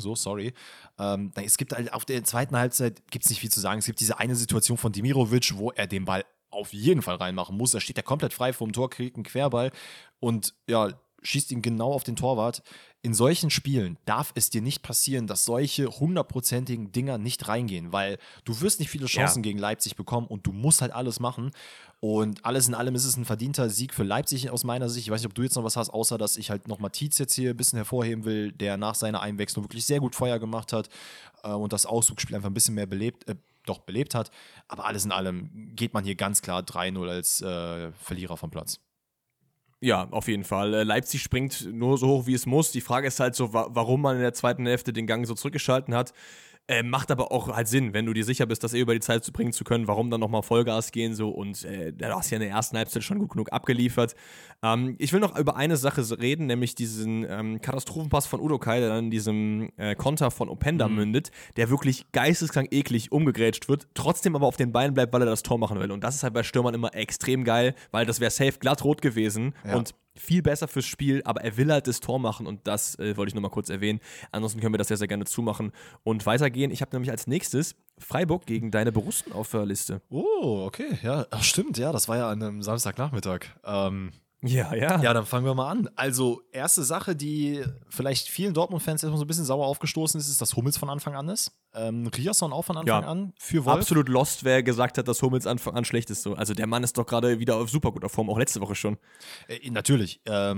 es gibt halt auf der zweiten Halbzeit gibt's nicht viel zu sagen. Es gibt diese eine Situation von Dimirovic, wo er den Ball auf jeden Fall reinmachen muss. Da steht er komplett frei vom Tor, kriegt einen Querball und ja, schießt ihn genau auf den Torwart. In solchen Spielen darf es dir nicht passieren, dass solche 100%igen Dinger nicht reingehen, weil du wirst nicht viele Chancen gegen Leipzig bekommen und du musst halt alles machen. Und alles in allem ist es ein verdienter Sieg für Leipzig aus meiner Sicht. Ich weiß nicht, ob du jetzt noch was hast, außer dass ich halt nochmal Tietz jetzt hier ein bisschen hervorheben will, der nach seiner Einwechslung wirklich sehr gut Feuer gemacht hat und das Ausflugsspiel einfach ein bisschen mehr belebt hat. Aber alles in allem geht man hier ganz klar 3-0 als Verlierer vom Platz. Ja, auf jeden Fall. Leipzig springt nur so hoch, wie es muss. Die Frage ist halt so, warum man in der zweiten Hälfte den Gang so zurückgeschalten hat. Macht aber auch halt Sinn, wenn du dir sicher bist, das über die Zeit bringen zu können, warum dann nochmal Vollgas gehen so und da hast du ja in der ersten Halbzeit schon gut genug abgeliefert. Ich will noch über eine Sache reden, nämlich diesen Katastrophenpass von Udokai, der dann in diesem Konter von Openda mündet, der wirklich geisteskrank eklig umgegrätscht wird, trotzdem aber auf den Beinen bleibt, weil er das Tor machen will. Und das ist halt bei Stürmern immer extrem geil, weil das wäre safe glatt rot gewesen und viel besser fürs Spiel, aber er will halt das Tor machen und das wollte ich nur mal kurz erwähnen. Ansonsten können wir das sehr, sehr gerne zumachen und weitergehen. Ich habe nämlich als nächstes Freiburg gegen deine Borussen auf der Liste. Oh, okay, ja, ach, stimmt, ja, das war ja an einem Samstagnachmittag. Ja, ja. Ja, dann fangen wir mal an. Also, erste Sache, die vielleicht vielen Dortmund-Fans erstmal so ein bisschen sauer aufgestoßen ist, dass Hummels von Anfang an ist. Riasson auch von Anfang an für Wolf. Absolut lost, wer gesagt hat, dass Hummels Anfang an schlecht ist. So. Also der Mann ist doch gerade wieder auf super guter Form, auch letzte Woche schon. Natürlich.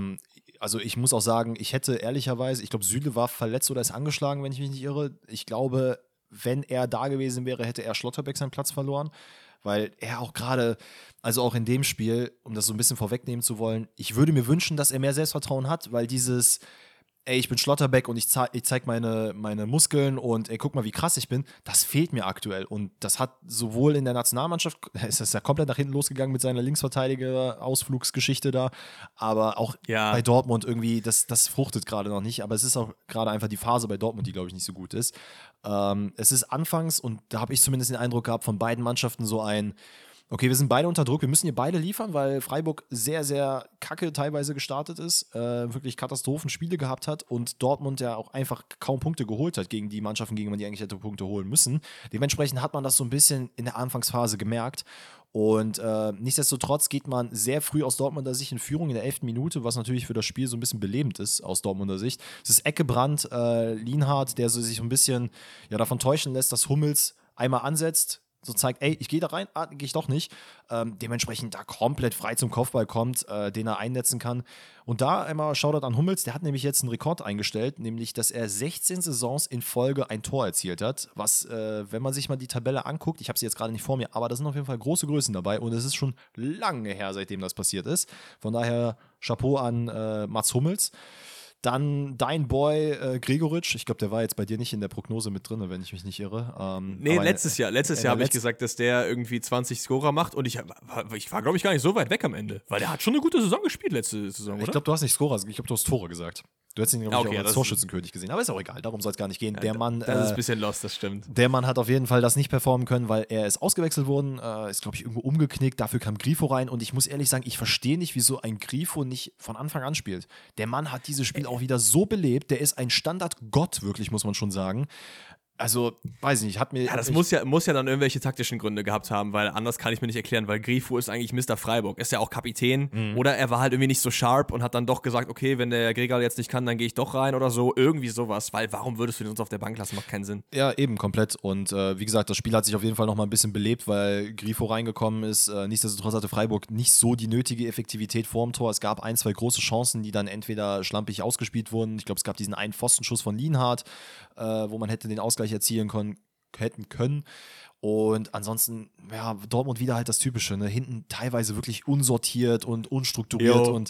Also ich muss auch sagen, ich hätte ehrlicherweise, ich glaube, Süle war verletzt oder ist angeschlagen, wenn ich mich nicht irre. Ich glaube, wenn er da gewesen wäre, hätte er Schlotterbeck seinen Platz verloren. Weil er auch gerade, also auch in dem Spiel, um das so ein bisschen vorwegnehmen zu wollen, ich würde mir wünschen, dass er mehr Selbstvertrauen hat, weil dieses, ey, ich bin Schlotterbeck und ich zeig meine Muskeln und ey, guck mal, wie krass ich bin, das fehlt mir aktuell. Und das hat sowohl in der Nationalmannschaft, es ist ja komplett nach hinten losgegangen mit seiner Linksverteidiger-Ausflugsgeschichte da, aber auch bei Dortmund irgendwie, das fruchtet gerade noch nicht, aber es ist auch gerade einfach die Phase bei Dortmund, die, glaube ich, nicht so gut ist. Es ist anfangs, und da habe ich zumindest den Eindruck gehabt, von beiden Mannschaften so ein, okay, wir sind beide unter Druck, wir müssen hier beide liefern, weil Freiburg sehr, sehr kacke teilweise gestartet ist, wirklich Katastrophenspiele gehabt hat und Dortmund ja auch einfach kaum Punkte geholt hat gegen die Mannschaften, gegen die eigentlich hätte Punkte holen müssen. Dementsprechend hat man das so ein bisschen in der Anfangsphase gemerkt. Und nichtsdestotrotz geht man sehr früh aus Dortmunder Sicht in Führung in der 11. Minute, was natürlich für das Spiel so ein bisschen belebend ist aus Dortmunder Sicht. Es ist Eckebrand, Lienhardt, der so sich so ein bisschen davon täuschen lässt, dass Hummels einmal ansetzt, so zeigt, ey, ich gehe da rein, gehe ich doch nicht. Dementsprechend da komplett frei zum Kopfball kommt, den er einnetzen kann. Und da einmal Shoutout an Hummels, der hat nämlich jetzt einen Rekord eingestellt, nämlich, dass er 16 Saisons in Folge ein Tor erzielt hat, was, wenn man sich mal die Tabelle anguckt, ich habe sie jetzt gerade nicht vor mir, aber da sind auf jeden Fall große Größen dabei und es ist schon lange her, seitdem das passiert ist. Von daher Chapeau an Mats Hummels. Dann dein Boy Gregoritsch, ich glaube, der war jetzt bei dir nicht in der Prognose mit drin, wenn ich mich nicht irre. Nee, letztes Jahr habe ich gesagt, dass der irgendwie 20 Scorer macht und ich war, glaube ich, gar nicht so weit weg am Ende, weil der hat schon eine gute Saison gespielt letzte Saison, oder? Ich glaube, du hast nicht Scorer, ich glaube, du hast Tore gesagt. Du hättest ihn, glaube ich, auch als Torschützenkönig gesehen. Aber ist auch egal, darum soll es gar nicht gehen. Der Mann, das ist ein bisschen lost, das stimmt. Der Mann hat auf jeden Fall das nicht performen können, weil er ist ausgewechselt worden, ist, glaube ich, irgendwo umgeknickt. Dafür kam Grifo rein und ich muss ehrlich sagen, ich verstehe nicht, wieso ein Grifo nicht von Anfang an spielt. Der Mann hat dieses Spiel auch wieder so belebt. Der ist ein Standardgott, wirklich, muss man schon sagen. Also, weiß ich nicht, hat mir. Ja, das muss ja dann irgendwelche taktischen Gründe gehabt haben, weil anders kann ich mir nicht erklären, weil Grifo ist eigentlich Mr. Freiburg, ist ja auch Kapitän oder er war halt irgendwie nicht so sharp und hat dann doch gesagt, okay, wenn der Gregal jetzt nicht kann, dann gehe ich doch rein oder so, irgendwie sowas, weil warum würdest du den uns auf der Bank lassen, macht keinen Sinn. Ja, eben, komplett und wie gesagt, das Spiel hat sich auf jeden Fall noch mal ein bisschen belebt, weil Grifo reingekommen ist, nichtsdestotrotz hatte Freiburg nicht so die nötige Effektivität vorm Tor, es gab 1, 2 große Chancen, die dann entweder schlampig ausgespielt wurden, ich glaube, es gab diesen einen Pfostenschuss von Lienhardt, wo man hätte den Ausgleich erzielen hätten können. Und ansonsten, ja, Dortmund wieder halt das Typische, ne? Hinten teilweise wirklich unsortiert und unstrukturiert und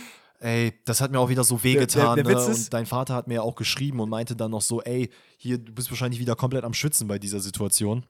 ey, das hat mir auch wieder so wehgetan. Der Witz ist, und dein Vater hat mir ja auch geschrieben und meinte dann noch so, ey, hier, du bist wahrscheinlich wieder komplett am Schwitzen bei dieser Situation.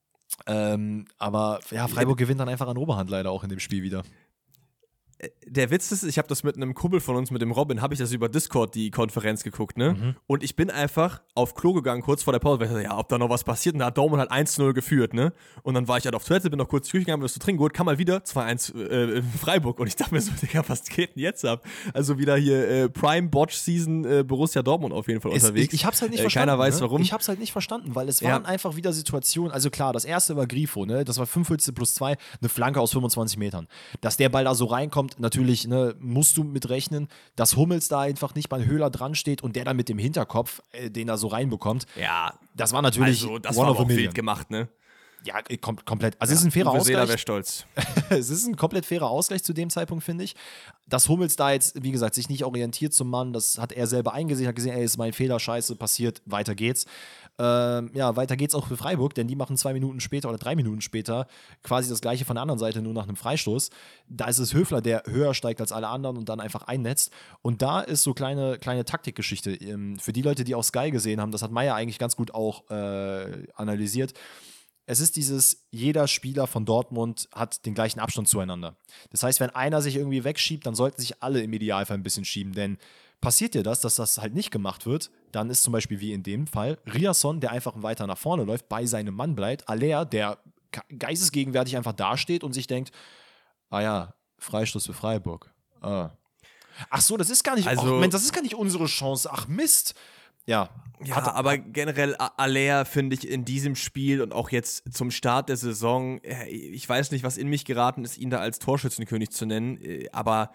Aber ja, Freiburg gewinnt dann einfach an Oberhand leider auch in dem Spiel wieder. Der Witz ist, ich habe das mit einem Kumpel von uns, mit dem Robin, habe ich das über Discord, die Konferenz geguckt, ne? Und ich bin einfach auf Klo gegangen, kurz vor der Pause, weil ich dachte, ja, ob da noch was passiert. Und da hat Dortmund halt 1-0 geführt, ne? Und dann war ich halt auf Toilette, bin noch kurz durchgegangen, was zu trinken geholt, kam mal wieder 2-1 Freiburg. Und ich dachte mir so, Digga, was geht denn jetzt ab? Also wieder hier Prime-Botch-Season Borussia Dortmund auf jeden Fall unterwegs. Ich hab's halt nicht verstanden. Keiner weiß, warum. Ich hab's halt nicht verstanden, weil es waren einfach wieder Situationen, also klar, das erste war Grifo, ne? Das war 45+2, eine Flanke aus 25 Metern. Dass der Ball da so reinkommt, natürlich, ne, musst du mit rechnen, dass Hummels da einfach nicht bei Höhler dran steht und der dann mit dem Hinterkopf, den er so reinbekommt. Ja. Das war natürlich das war auch wild gemacht, ne? Ja, komplett. Also es ist ein fairer Ausgleich. Wäre stolz. Es ist ein komplett fairer Ausgleich zu dem Zeitpunkt, finde ich. Dass Hummels da jetzt, wie gesagt, sich nicht orientiert zum Mann, das hat er selber eingesehen, hat gesehen, ey, ist mein Fehler, scheiße, passiert, weiter geht's. Weiter geht's auch für Freiburg, denn die machen 2 Minuten später oder 3 Minuten später quasi das Gleiche von der anderen Seite, nur nach einem Freistoß. Da ist es Höfler, der höher steigt als alle anderen und dann einfach einnetzt. Und da ist so kleine Taktikgeschichte. Für die Leute, die auch Sky gesehen haben, das hat Meier eigentlich ganz gut auch analysiert. Es ist jeder Spieler von Dortmund hat den gleichen Abstand zueinander. Das heißt, wenn einer sich irgendwie wegschiebt, dann sollten sich alle im Idealfall ein bisschen schieben, denn passiert dir das, dass das halt nicht gemacht wird, dann ist zum Beispiel wie in dem Fall Riasson, der einfach weiter nach vorne läuft, bei seinem Mann bleibt, Aller, der geistesgegenwärtig einfach dasteht und sich denkt, ah ja, Freistoß für Freiburg. Ah. Ach so, das ist gar nicht, das ist gar nicht unsere Chance. Ach Mist. Ja, aber generell Aller finde ich in diesem Spiel und auch jetzt zum Start der Saison, ich weiß nicht, was in mich geraten ist, ihn da als Torschützenkönig zu nennen, aber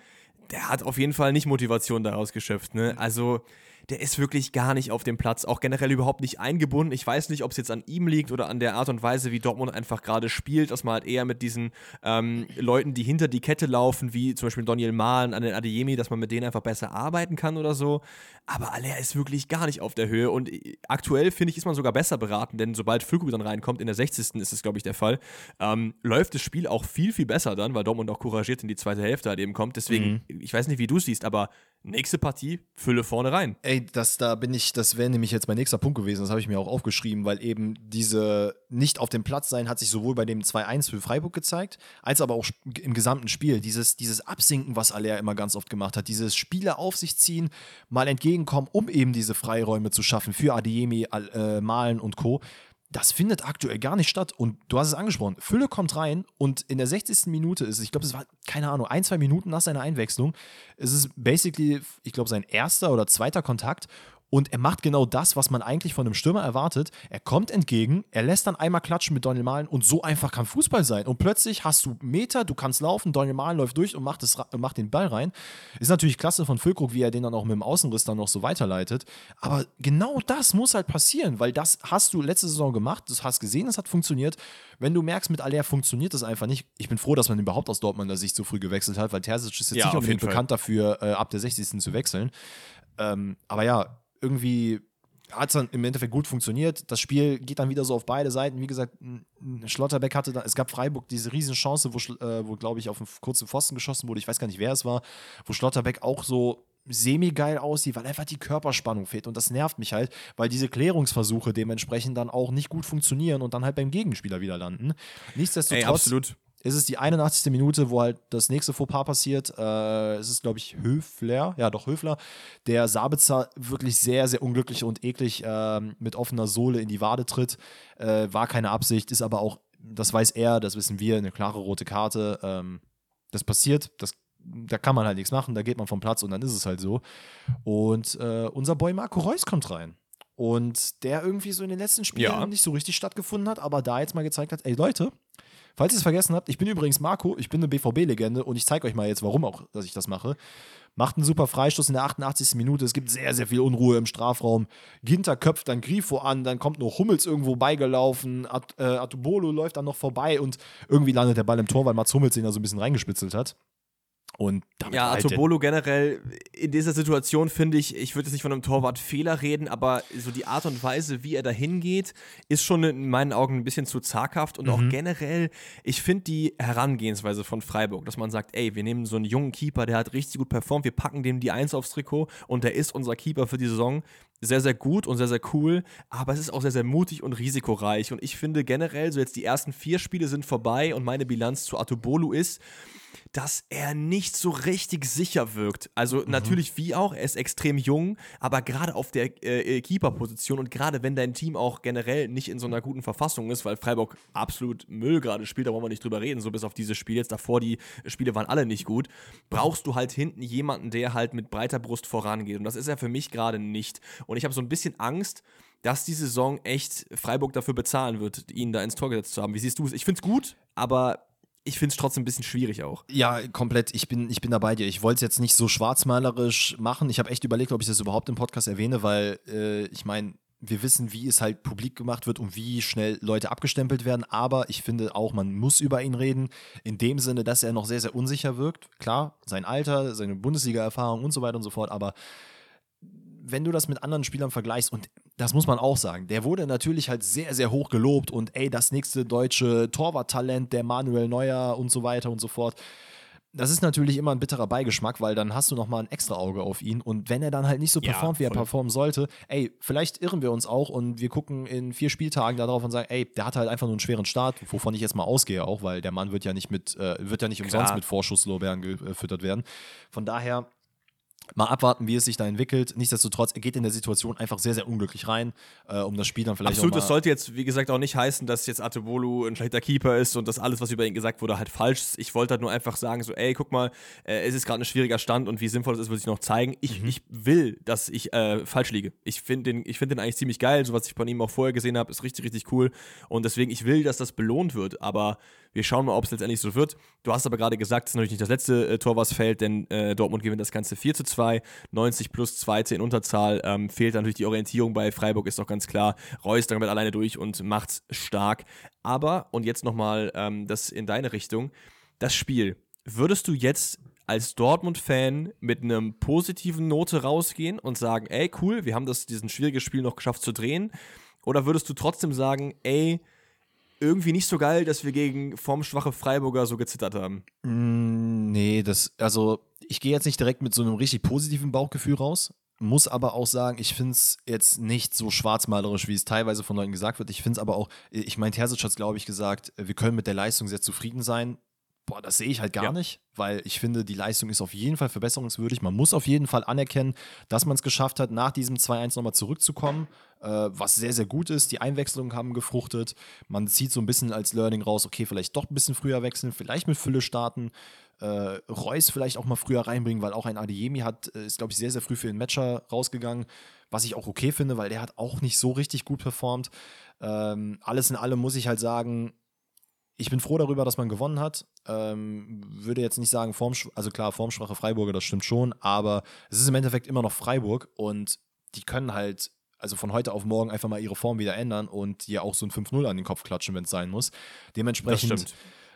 der hat auf jeden Fall nicht Motivation daraus geschöpft, ne? Also, der ist wirklich gar nicht auf dem Platz, auch generell überhaupt nicht eingebunden. Ich weiß nicht, ob es jetzt an ihm liegt oder an der Art und Weise, wie Dortmund einfach gerade spielt, dass man halt eher mit diesen Leuten, die hinter die Kette laufen, wie zum Beispiel Daniel Mahlen, an den Adeyemi, dass man mit denen einfach besser arbeiten kann oder so. Aber Aller ist wirklich gar nicht auf der Höhe und aktuell, finde ich, ist man sogar besser beraten, denn sobald Füllkrug dann reinkommt, in der 60. ist es, glaube ich, der Fall, läuft das Spiel auch viel, viel besser dann, weil Dortmund auch couragiert in die zweite Hälfte halt eben kommt. Deswegen, ich weiß nicht, wie du es siehst, aber nächste Partie, Fülle vorne rein. Ey, das wäre nämlich jetzt mein nächster Punkt gewesen, das habe ich mir auch aufgeschrieben, weil eben diese nicht auf dem Platz sein hat sich sowohl bei dem 2-1 für Freiburg gezeigt, als aber auch im gesamten Spiel. Dieses Absinken, was Aller immer ganz oft gemacht hat, dieses Spieler auf sich ziehen, mal entgegenkommen, um eben diese Freiräume zu schaffen für Adeyemi, Malen und Co., das findet aktuell gar nicht statt. Und du hast es angesprochen, Fülle kommt rein und in der 60. Minute ist es, ich glaube, es war, keine Ahnung, 1-2 Minuten nach seiner Einwechslung, ist es basically, ich glaube, sein erster oder zweiter Kontakt. Und er macht genau das, was man eigentlich von einem Stürmer erwartet. Er kommt entgegen, er lässt dann einmal klatschen mit Daniel Mahlen und so einfach kann Fußball sein. Und plötzlich hast du Meter, du kannst laufen, Daniel Mahlen läuft durch und macht den Ball rein. Ist natürlich klasse von Füllkrug, wie er den dann auch mit dem Außenriss dann noch so weiterleitet. Aber genau das muss halt passieren, weil das hast du letzte Saison gemacht, das hast gesehen, das hat funktioniert. Wenn du merkst, mit Aller funktioniert das einfach nicht. Ich bin froh, dass man überhaupt aus Dortmunder Sicht so früh gewechselt hat, weil Terzic ist jetzt nicht unbedingt bekannt dafür, ab der 60. zu wechseln. Aber ja, irgendwie hat es dann im Endeffekt gut funktioniert. Das Spiel geht dann wieder so auf beide Seiten. Wie gesagt, Schlotterbeck hatte dann, es gab Freiburg diese Riesenchance, wo glaube ich, auf einen kurzen Pfosten geschossen wurde. Ich weiß gar nicht, wer es war, wo Schlotterbeck auch so semi-geil aussieht, weil einfach die Körperspannung fehlt. Und das nervt mich halt, weil diese Klärungsversuche dementsprechend dann auch nicht gut funktionieren und dann halt beim Gegenspieler wieder landen. Nichtsdestotrotz. Absolut. Es ist die 81. Minute, wo halt das nächste Fauxpas passiert. Es ist, glaube ich, Höfler, der Sabitzer wirklich sehr, sehr unglücklich und eklig mit offener Sohle in die Wade tritt. War keine Absicht, ist aber auch, das weiß er, das wissen wir, eine klare rote Karte. Das passiert, da kann man halt nichts machen, da geht man vom Platz und dann ist es halt so. Und unser Boy Marco Reus kommt rein. Und der irgendwie so in den letzten Spielen nicht so richtig stattgefunden hat, aber da jetzt mal gezeigt hat, ey Leute, falls ihr es vergessen habt, ich bin übrigens Marco, ich bin eine BVB-Legende und ich zeige euch mal jetzt, warum auch, dass ich das mache. Macht einen super Freistoß in der 88. Minute, es gibt sehr, sehr viel Unruhe im Strafraum. Ginter köpft dann Grifo an, dann kommt noch Hummels irgendwo beigelaufen, Atubolo läuft dann noch vorbei und irgendwie landet der Ball im Tor, weil Mats Hummels den da so ein bisschen reingespitzelt hat. Und ja, Atubolo generell in dieser Situation finde ich würde jetzt nicht von einem Torwartfehler reden, aber so die Art und Weise, wie er da hingeht, ist schon in meinen Augen ein bisschen zu zaghaft und auch generell, ich finde die Herangehensweise von Freiburg, dass man sagt, ey, wir nehmen so einen jungen Keeper, der hat richtig gut performt, wir packen dem die 1 aufs Trikot und der ist unser Keeper für die Saison. Sehr, sehr gut und sehr, sehr cool, aber es ist auch sehr, sehr mutig und risikoreich und ich finde generell, so jetzt die ersten 4 Spiele sind vorbei und meine Bilanz zu Atubolo ist, dass er nicht so richtig sicher wirkt. Also natürlich wie auch, er ist extrem jung, aber gerade auf der Keeper-Position und gerade wenn dein Team auch generell nicht in so einer guten Verfassung ist, weil Freiburg absolut Müll gerade spielt, da wollen wir nicht drüber reden, so bis auf dieses Spiel jetzt davor, die Spiele waren alle nicht gut, brauchst du halt hinten jemanden, der halt mit breiter Brust vorangeht und das ist er für mich gerade nicht. Und ich habe so ein bisschen Angst, dass die Saison echt Freiburg dafür bezahlen wird, ihn da ins Tor gesetzt zu haben. Wie siehst du es? Ich finde es gut, aber ich finde es trotzdem ein bisschen schwierig auch. Ja, komplett. Ich bin da bei dir. Ich wollte es jetzt nicht so schwarzmalerisch machen. Ich habe echt überlegt, ob ich das überhaupt im Podcast erwähne, weil ich meine, wir wissen, wie es halt publik gemacht wird und wie schnell Leute abgestempelt werden. Aber ich finde auch, man muss über ihn reden. In dem Sinne, dass er noch sehr, sehr unsicher wirkt. Klar, sein Alter, seine Bundesliga-Erfahrung und so weiter und so fort. Aber wenn du das mit anderen Spielern vergleichst, und das muss man auch sagen, der wurde natürlich halt sehr, sehr hoch gelobt und ey, das nächste deutsche Torwarttalent, der Manuel Neuer und so weiter und so fort. Das ist natürlich immer ein bitterer Beigeschmack, weil dann hast du nochmal ein extra Auge auf ihn und wenn er dann halt nicht so performt, wie er performen sollte, ey, vielleicht irren wir uns auch und wir gucken in 4 Spieltagen darauf und sagen, ey, der hat halt einfach nur einen schweren Start, wovon ich jetzt mal ausgehe auch, weil der Mann wird ja nicht umsonst mit Vorschusslorbeeren gefüttert werden. Von daher mal abwarten, wie es sich da entwickelt. Nichtsdestotrotz, er geht in der Situation einfach sehr, sehr unglücklich rein, um das Spiel dann vielleicht Absolut, auch mal... das sollte jetzt, wie gesagt, auch nicht heißen, dass jetzt Atubolo ein schlechter Keeper ist und dass alles, was über ihn gesagt wurde, halt falsch ist. Ich wollte halt nur einfach sagen, so, ey, guck mal, es ist gerade ein schwieriger Stand und wie sinnvoll es ist, wird sich noch zeigen. Ich will, dass ich falsch liege. Ich finde den eigentlich ziemlich geil. So, was ich von ihm auch vorher gesehen habe, ist richtig, richtig cool. Und deswegen, ich will, dass das belohnt wird. Aber Wir schauen mal, ob es letztendlich so wird. Du hast aber gerade gesagt, es ist natürlich nicht das letzte Tor, was fällt, denn Dortmund gewinnt das Ganze 4:2, 90 plus Zweite in Unterzahl. Fehlt natürlich die Orientierung bei Freiburg, ist doch ganz klar. Reus damit alleine durch und macht's stark. Aber, und jetzt nochmal das in deine Richtung, das Spiel, würdest du jetzt als Dortmund-Fan mit einem positiven Note rausgehen und sagen, ey, cool, wir haben diesen schwierigen Spiel noch geschafft zu drehen? Oder würdest du trotzdem sagen, ey, irgendwie nicht so geil, dass wir gegen formschwache Freiburger so gezittert haben? Nee, also ich gehe jetzt nicht direkt mit so einem richtig positiven Bauchgefühl raus, muss aber auch sagen, ich finde es jetzt nicht so schwarzmalerisch, wie es teilweise von Leuten gesagt wird. Ich finde es aber auch, ich meine, Terzic hat es, glaube ich, gesagt, wir können mit der Leistung sehr zufrieden sein. Boah, das sehe ich halt gar nicht, weil ich finde, die Leistung ist auf jeden Fall verbesserungswürdig. Man muss auf jeden Fall anerkennen, dass man es geschafft hat, nach diesem 2:1 nochmal zurückzukommen, was sehr, sehr gut ist. Die Einwechslungen haben gefruchtet. Man zieht so ein bisschen als Learning raus, okay, vielleicht doch ein bisschen früher wechseln, vielleicht mit Fülle starten. Reus vielleicht auch mal früher reinbringen, weil auch ein Adeyemi ist, glaube ich, sehr, sehr früh für den Matcher rausgegangen, was ich auch okay finde, weil der hat auch nicht so richtig gut performt. Alles in allem muss ich halt sagen, ich bin froh darüber, dass man gewonnen hat. Würde jetzt nicht sagen, also klar, formschwache Freiburger, das stimmt schon, aber es ist im Endeffekt immer noch Freiburg und die können halt also von heute auf morgen einfach mal ihre Form wieder ändern und dir auch so ein 5:0 an den Kopf klatschen, wenn es sein muss. Dementsprechend, Das stimmt.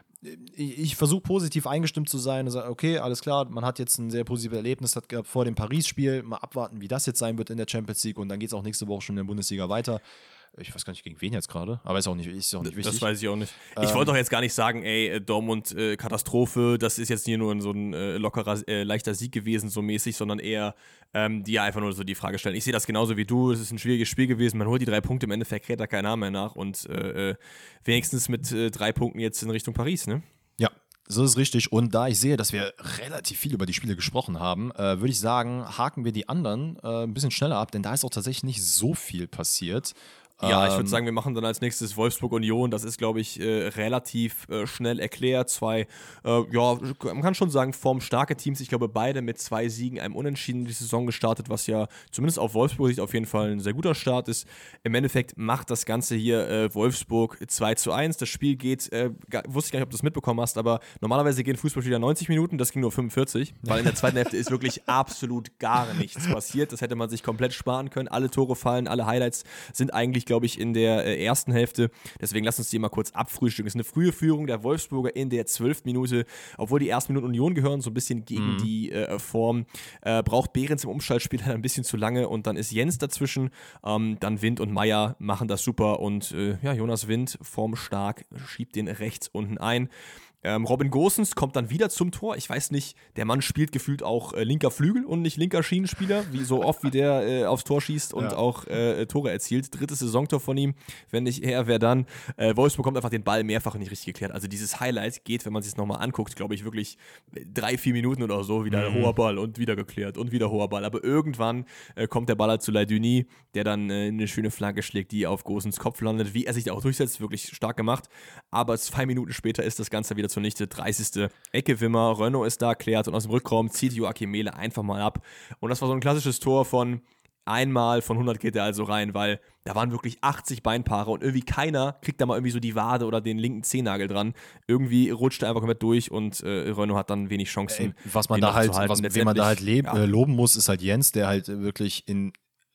ich versuche positiv eingestimmt zu sein und sage, okay, alles klar, man hat jetzt ein sehr positives Erlebnis hat gehabt vor dem Paris-Spiel, mal abwarten, wie das jetzt sein wird in der Champions League und dann geht es auch nächste Woche schon in der Bundesliga weiter. Ich weiß gar nicht, gegen wen jetzt gerade, aber ist auch nicht wichtig. Das weiß ich auch nicht. Ich wollte doch jetzt gar nicht sagen, ey, Dortmund, Katastrophe, das ist jetzt hier nur so ein lockerer, leichter Sieg gewesen, so mäßig, sondern eher die ja einfach nur so die Frage stellen. Ich sehe das genauso wie du, es ist ein schwieriges Spiel gewesen, man holt die 3 Punkte, im Endeffekt kräht da kein Name mehr nach und wenigstens mit 3 Punkten jetzt in Richtung Paris, ne? Ja, so ist richtig. Und da ich sehe, dass wir relativ viel über die Spiele gesprochen haben, würde ich sagen, haken wir die anderen ein bisschen schneller ab, denn da ist auch tatsächlich nicht so viel passiert. Ja, ich würde sagen, wir machen dann als nächstes Wolfsburg-Union. Das ist, glaube ich, relativ schnell erklärt. Zwei, ja, man kann schon sagen, formstarke Teams. Ich glaube, beide mit 2 Siegen, einem Unentschieden in die Saison gestartet, was ja zumindest auf Wolfsburg-Sicht auf jeden Fall ein sehr guter Start ist. Im Endeffekt macht das Ganze hier Wolfsburg 2:1. Das Spiel geht, wusste ich gar nicht, ob du das mitbekommen hast, aber normalerweise gehen Fußballspieler 90 Minuten, das ging nur 45, weil in der zweiten Hälfte ist wirklich absolut gar nichts passiert. Das hätte man sich komplett sparen können. Alle Tore fallen, alle Highlights sind eigentlich, glaube ich, in der ersten Hälfte. Deswegen lass uns die mal kurz abfrühstücken. Es ist eine frühe Führung der Wolfsburger in der 12. Minute, obwohl die ersten Minuten Union gehören, so ein bisschen gegen die Form. Braucht Behrens im Umschaltspiel ein bisschen zu lange und dann ist Jens dazwischen. Dann Wind und Meier machen das super und ja, Jonas Wind formstark schiebt den rechts unten ein. Robin Gosens kommt dann wieder zum Tor. Ich weiß nicht, der Mann spielt gefühlt auch linker Flügel und nicht linker Schienenspieler, wie so oft wie der aufs Tor schießt und auch Tore erzielt. 3. Saisontor von ihm. Wenn nicht er, wer dann? Wolfsburg bekommt einfach den Ball mehrfach nicht richtig geklärt. Also dieses Highlight geht, wenn man sich es nochmal anguckt, glaube ich, wirklich 3-4 Minuten oder so. Wieder hoher Ball und wieder geklärt und wieder hoher Ball. Aber irgendwann kommt der Ball halt zu Laduny, der dann eine schöne Flanke schlägt, die auf Gosens Kopf landet. Wie er sich da auch durchsetzt, wirklich stark gemacht. Aber 2 Minuten später ist das Ganze wieder zunichte. 30. Ecke Wimmer, Renault ist da, klärt und aus dem Rückraum zieht Joachim Mehle einfach mal ab. Und das war so ein klassisches Tor von einmal von 100 geht er also rein, weil da waren wirklich 80 Beinpaare und irgendwie keiner kriegt da mal irgendwie so die Wade oder den linken Zehennagel dran. Irgendwie rutscht er einfach komplett durch und Renault hat dann wenig Chancen. Was man da halt, wen man da halt loben muss, ist halt Jens, der halt wirklich in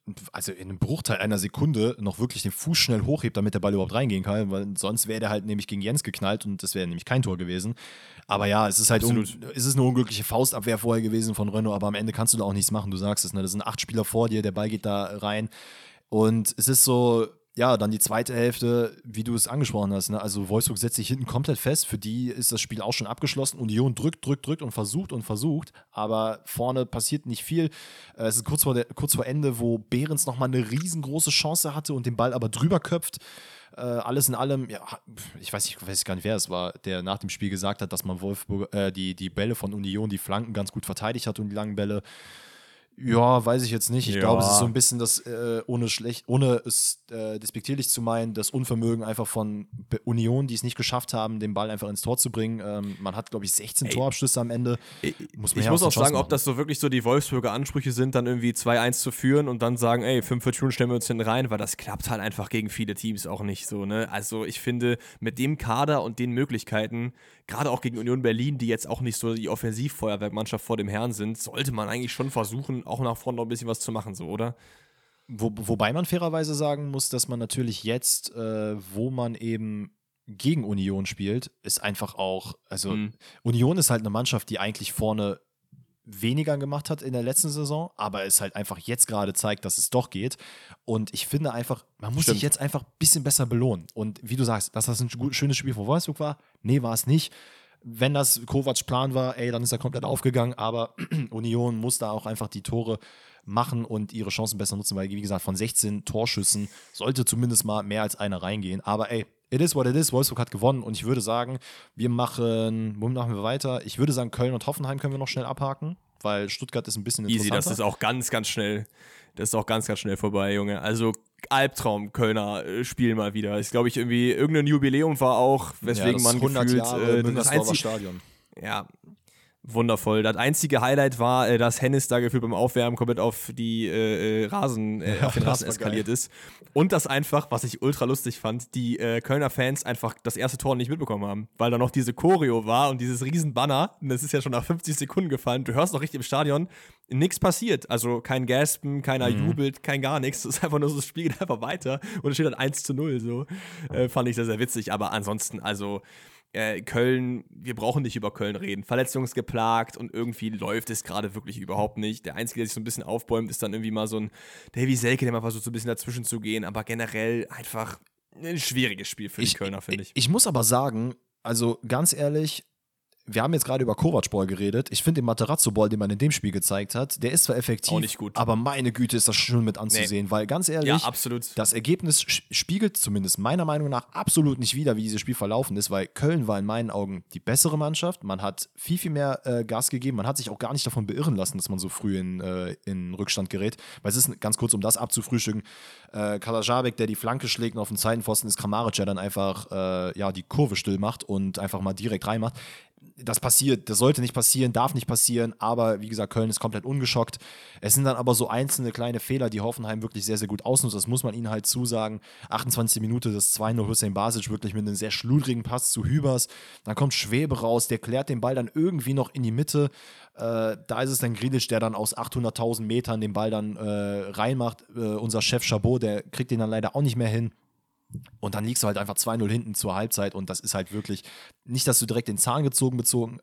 einem Bruchteil einer Sekunde noch wirklich den Fuß schnell hochhebt, damit der Ball überhaupt reingehen kann, weil sonst wäre der halt nämlich gegen Jens geknallt und das wäre nämlich kein Tor gewesen. Aber ja, es ist halt es ist eine unglückliche Faustabwehr vorher gewesen von Renault, aber am Ende kannst du da auch nichts machen, du sagst es, ne? Das sind 8 Spieler vor dir, der Ball geht da rein und es ist so, ja, dann die zweite Hälfte, wie du es angesprochen hast, ne? Also Wolfsburg setzt sich hinten komplett fest, für die ist das Spiel auch schon abgeschlossen. Union drückt und versucht, aber vorne passiert nicht viel. Es ist kurz vor Ende, wo Behrens nochmal eine riesengroße Chance hatte und den Ball aber drüber köpft. Alles in allem, ja, ich weiß gar nicht, wer es war, der nach dem Spiel gesagt hat, dass man Wolfsburg, die Bälle von Union, die Flanken ganz gut verteidigt hat und die langen Bälle. Ja, weiß ich jetzt nicht. Ich Ja. glaube, es ist so ein bisschen das, ohne es despektierlich zu meinen, das Unvermögen einfach von Union, die es nicht geschafft haben, den Ball einfach ins Tor zu bringen. Man hat, glaube ich, 16 Torabschlüsse am Ende. Ich Muss muss auch sagen, ob machen. das so wirklich so die Wolfsburger Ansprüche sind, dann irgendwie 2-1 zu führen und dann sagen, ey, 45 Minuten stellen wir uns hinten rein, weil das klappt halt einfach gegen viele Teams auch nicht so, ne? Also ich finde, mit dem Kader und den Möglichkeiten, gerade auch gegen Union Berlin, die jetzt auch nicht so die Offensivfeuerwerkmannschaft vor dem Herrn sind, sollte man eigentlich schon versuchen, auch nach vorne noch ein bisschen was zu machen, so, oder? Wobei man fairerweise sagen muss, dass man natürlich jetzt, wo man eben gegen Union spielt, ist einfach auch, also Union ist halt eine Mannschaft, die eigentlich vorne weniger gemacht hat in der letzten Saison, aber es halt einfach jetzt gerade zeigt, dass es doch geht. Und ich finde einfach, man muss sich jetzt einfach ein bisschen besser belohnen. Und wie du sagst, dass das ein schönes Spiel von Wolfsburg war, nee, war es nicht. Wenn das Kovacs Plan war, ey, dann ist er komplett aufgegangen, aber Union muss da auch einfach die Tore machen und ihre Chancen besser nutzen, weil, wie gesagt, von 16 Torschüssen sollte zumindest mal mehr als einer reingehen. Aber ey, it is what it is. Wolfsburg hat gewonnen und ich würde sagen, womit machen wir weiter? Ich würde sagen, Köln und Hoffenheim können wir noch schnell abhaken, weil Stuttgart ist ein bisschen interessanter. Easy, das ist auch ganz, ganz schnell. Das ist auch ganz, ganz schnell vorbei, Junge. Also Albtraum, Kölner Spiel mal wieder. Ich glaube, irgendein Jubiläum war auch, weswegen man 100 gefühlt Jahre das einzige Stadion. Ja, wundervoll. Das einzige Highlight war, dass Hennis da gefühlt beim Aufwärmen komplett auf auf den Rasen eskaliert ist. Und das einfach, was ich ultra lustig fand, die Kölner Fans einfach das erste Tor nicht mitbekommen haben, weil da noch diese Choreo war und dieses riesen Banner. Und das ist ja schon nach 50 Sekunden gefallen. Du hörst noch richtig im Stadion, nichts passiert. Also kein Gaspen, keiner jubelt, kein gar nichts. Es ist einfach nur so, das Spiel geht einfach weiter und es steht dann 1-0. So. Fand ich sehr, sehr witzig. Aber ansonsten, also Köln, wir brauchen nicht über Köln reden. Verletzungsgeplagt und irgendwie läuft es gerade wirklich überhaupt nicht. Der Einzige, der sich so ein bisschen aufbäumt, ist dann irgendwie mal so ein Davy Selke, der mal versucht, so ein bisschen dazwischen zu gehen. Aber generell einfach ein schwieriges Spiel für die Kölner, finde ich. Ich muss aber sagen, also ganz ehrlich, wir haben jetzt gerade über Kovac-Ball geredet. Ich finde den Materazzo-Ball, den man in dem Spiel gezeigt hat, der ist zwar effektiv, auch nicht gut, aber meine Güte ist das schön mit anzusehen, weil ganz ehrlich, ja, absolut. Das Ergebnis spiegelt zumindest meiner Meinung nach absolut nicht wider, wie dieses Spiel verlaufen ist, weil Köln war in meinen Augen die bessere Mannschaft. Man hat viel, viel mehr Gas gegeben. Man hat sich auch gar nicht davon beirren lassen, dass man so früh in Rückstand gerät. Weil es ist, ganz kurz, um das abzufrühstücken, Kalajabek, der die Flanke schlägt und auf den Seitenpfosten ist Kramaric, der dann einfach die Kurve still macht und einfach mal direkt reinmacht. Das passiert, das sollte nicht passieren, darf nicht passieren, aber wie gesagt, Köln ist komplett ungeschockt. Es sind dann aber so einzelne kleine Fehler, die Hoffenheim wirklich sehr, sehr gut ausnutzt. Das muss man ihnen halt zusagen. 28. Minute, das 2-0 Hüseyin Basic wirklich mit einem sehr schludrigen Pass zu Hübers. Dann kommt Schwebe raus, der klärt den Ball dann irgendwie noch in die Mitte. Da ist es dann Grilic, der dann aus 800.000 Metern den Ball dann reinmacht. Unser Chef Chabot, der kriegt den dann leider auch nicht mehr hin. Und dann liegst du halt einfach 2-0 hinten zur Halbzeit und das ist halt wirklich nicht, dass du direkt den Zahn gezogen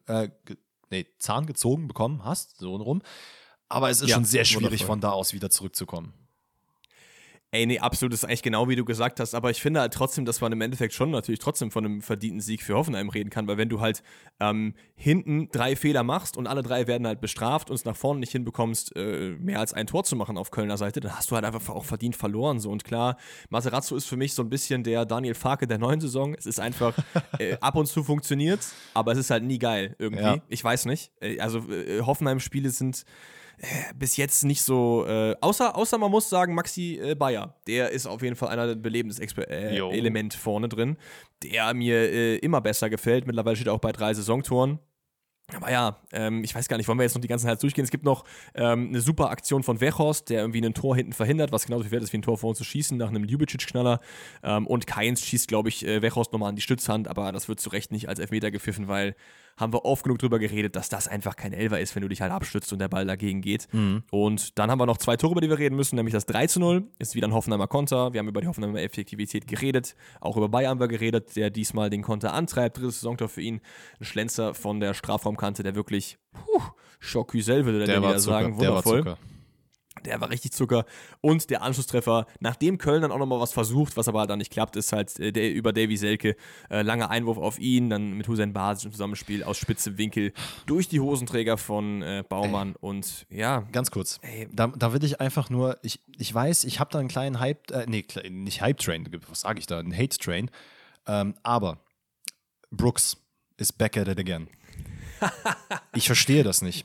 bekommen hast, so rum. Aber es ist schon sehr schwierig, von da aus wieder zurückzukommen. Ey, nee, absolut, das ist eigentlich genau wie du gesagt hast, aber ich finde halt trotzdem, dass man im Endeffekt schon natürlich trotzdem von einem verdienten Sieg für Hoffenheim reden kann, weil wenn du halt hinten 3 Fehler machst und alle 3 werden halt bestraft und es nach vorne nicht hinbekommst, mehr als ein Tor zu machen auf Kölner Seite, dann hast du halt einfach auch verdient verloren, so. Und klar, Materazzo ist für mich so ein bisschen der Daniel Farke der neuen Saison. Es ist einfach, ab und zu funktioniert, aber es ist halt nie geil irgendwie. Ja. Ich weiß nicht, also Hoffenheim-Spiele sind bis jetzt nicht so, außer man muss sagen, Maxi Bayer, der ist auf jeden Fall einer der Belebenselement vorne drin, der mir immer besser gefällt. Mittlerweile steht er auch bei 3 Saisontoren. Aber ja, ich weiß gar nicht, wollen wir jetzt noch die ganzen Zeit durchgehen? Es gibt noch eine super Aktion von Weghorst, der irgendwie ein Tor hinten verhindert, was genauso viel wert ist, wie ein Tor vor uns zu schießen, nach einem Ljubicic-Knaller. Und Kainz schießt, glaube ich, Weghorst nochmal an die Stützhand, aber das wird zu Recht nicht als Elfmeter gepfiffen, weil haben wir oft genug drüber geredet, dass das einfach kein Elfer ist, wenn du dich halt abstützt und der Ball dagegen geht. Und dann haben wir noch 2 Tore, über die wir reden müssen, nämlich das 3-0 ist wieder ein Hoffenheimer Konter. Wir haben über die Hoffenheimer Effektivität geredet, auch über Bayer haben wir geredet, der diesmal den Konter antreibt. 3. Saisontor für ihn, ein Schlenzer von der Strafraumkante, der wirklich, Chocusel würde der wieder sagen, wundervoll. Der war richtig Zucker. Und der Anschlusstreffer, nachdem Köln dann auch nochmal was versucht, was aber dann nicht klappt, ist halt über Davy Selke. Langer Einwurf auf ihn, dann mit Hüseyin Basic im Zusammenspiel aus spitzem Winkel durch die Hosenträger von Baumann. Und ja. Ganz kurz. Da will ich einfach nur, ich weiß, ich habe da einen kleinen nicht Hype-Train, was sage ich da? Einen Hate-Train. Aber Brooks is back at it again. Ich verstehe das nicht.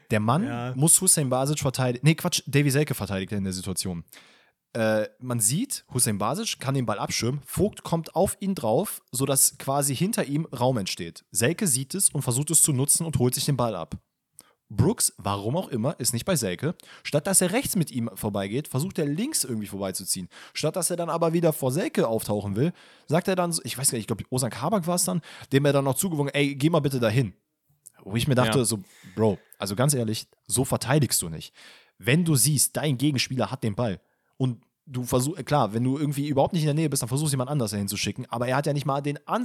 Der Mann muss Hussein Basic verteidigen. Nee, Quatsch, Davy Selke verteidigt in der Situation. Man sieht, Hussein Basic kann den Ball abschirmen, Vogt kommt auf ihn drauf, sodass quasi hinter ihm Raum entsteht. Selke sieht es und versucht es zu nutzen und holt sich den Ball ab. Brooks, warum auch immer, ist nicht bei Selke. Statt dass er rechts mit ihm vorbeigeht, versucht er links irgendwie vorbeizuziehen. Statt dass er dann aber wieder vor Selke auftauchen will, sagt er dann, ich weiß gar nicht, ich glaube, Ozan Kabak war es dann, dem er dann noch zugewunken, ey, geh mal bitte dahin. Wo ich mir dachte, so, Bro, also ganz ehrlich, so verteidigst du nicht. Wenn du siehst, dein Gegenspieler hat den Ball und du versuchst, klar, wenn du irgendwie überhaupt nicht in der Nähe bist, dann versuchst du jemand anders dahin zu schicken, aber er hat ja nicht mal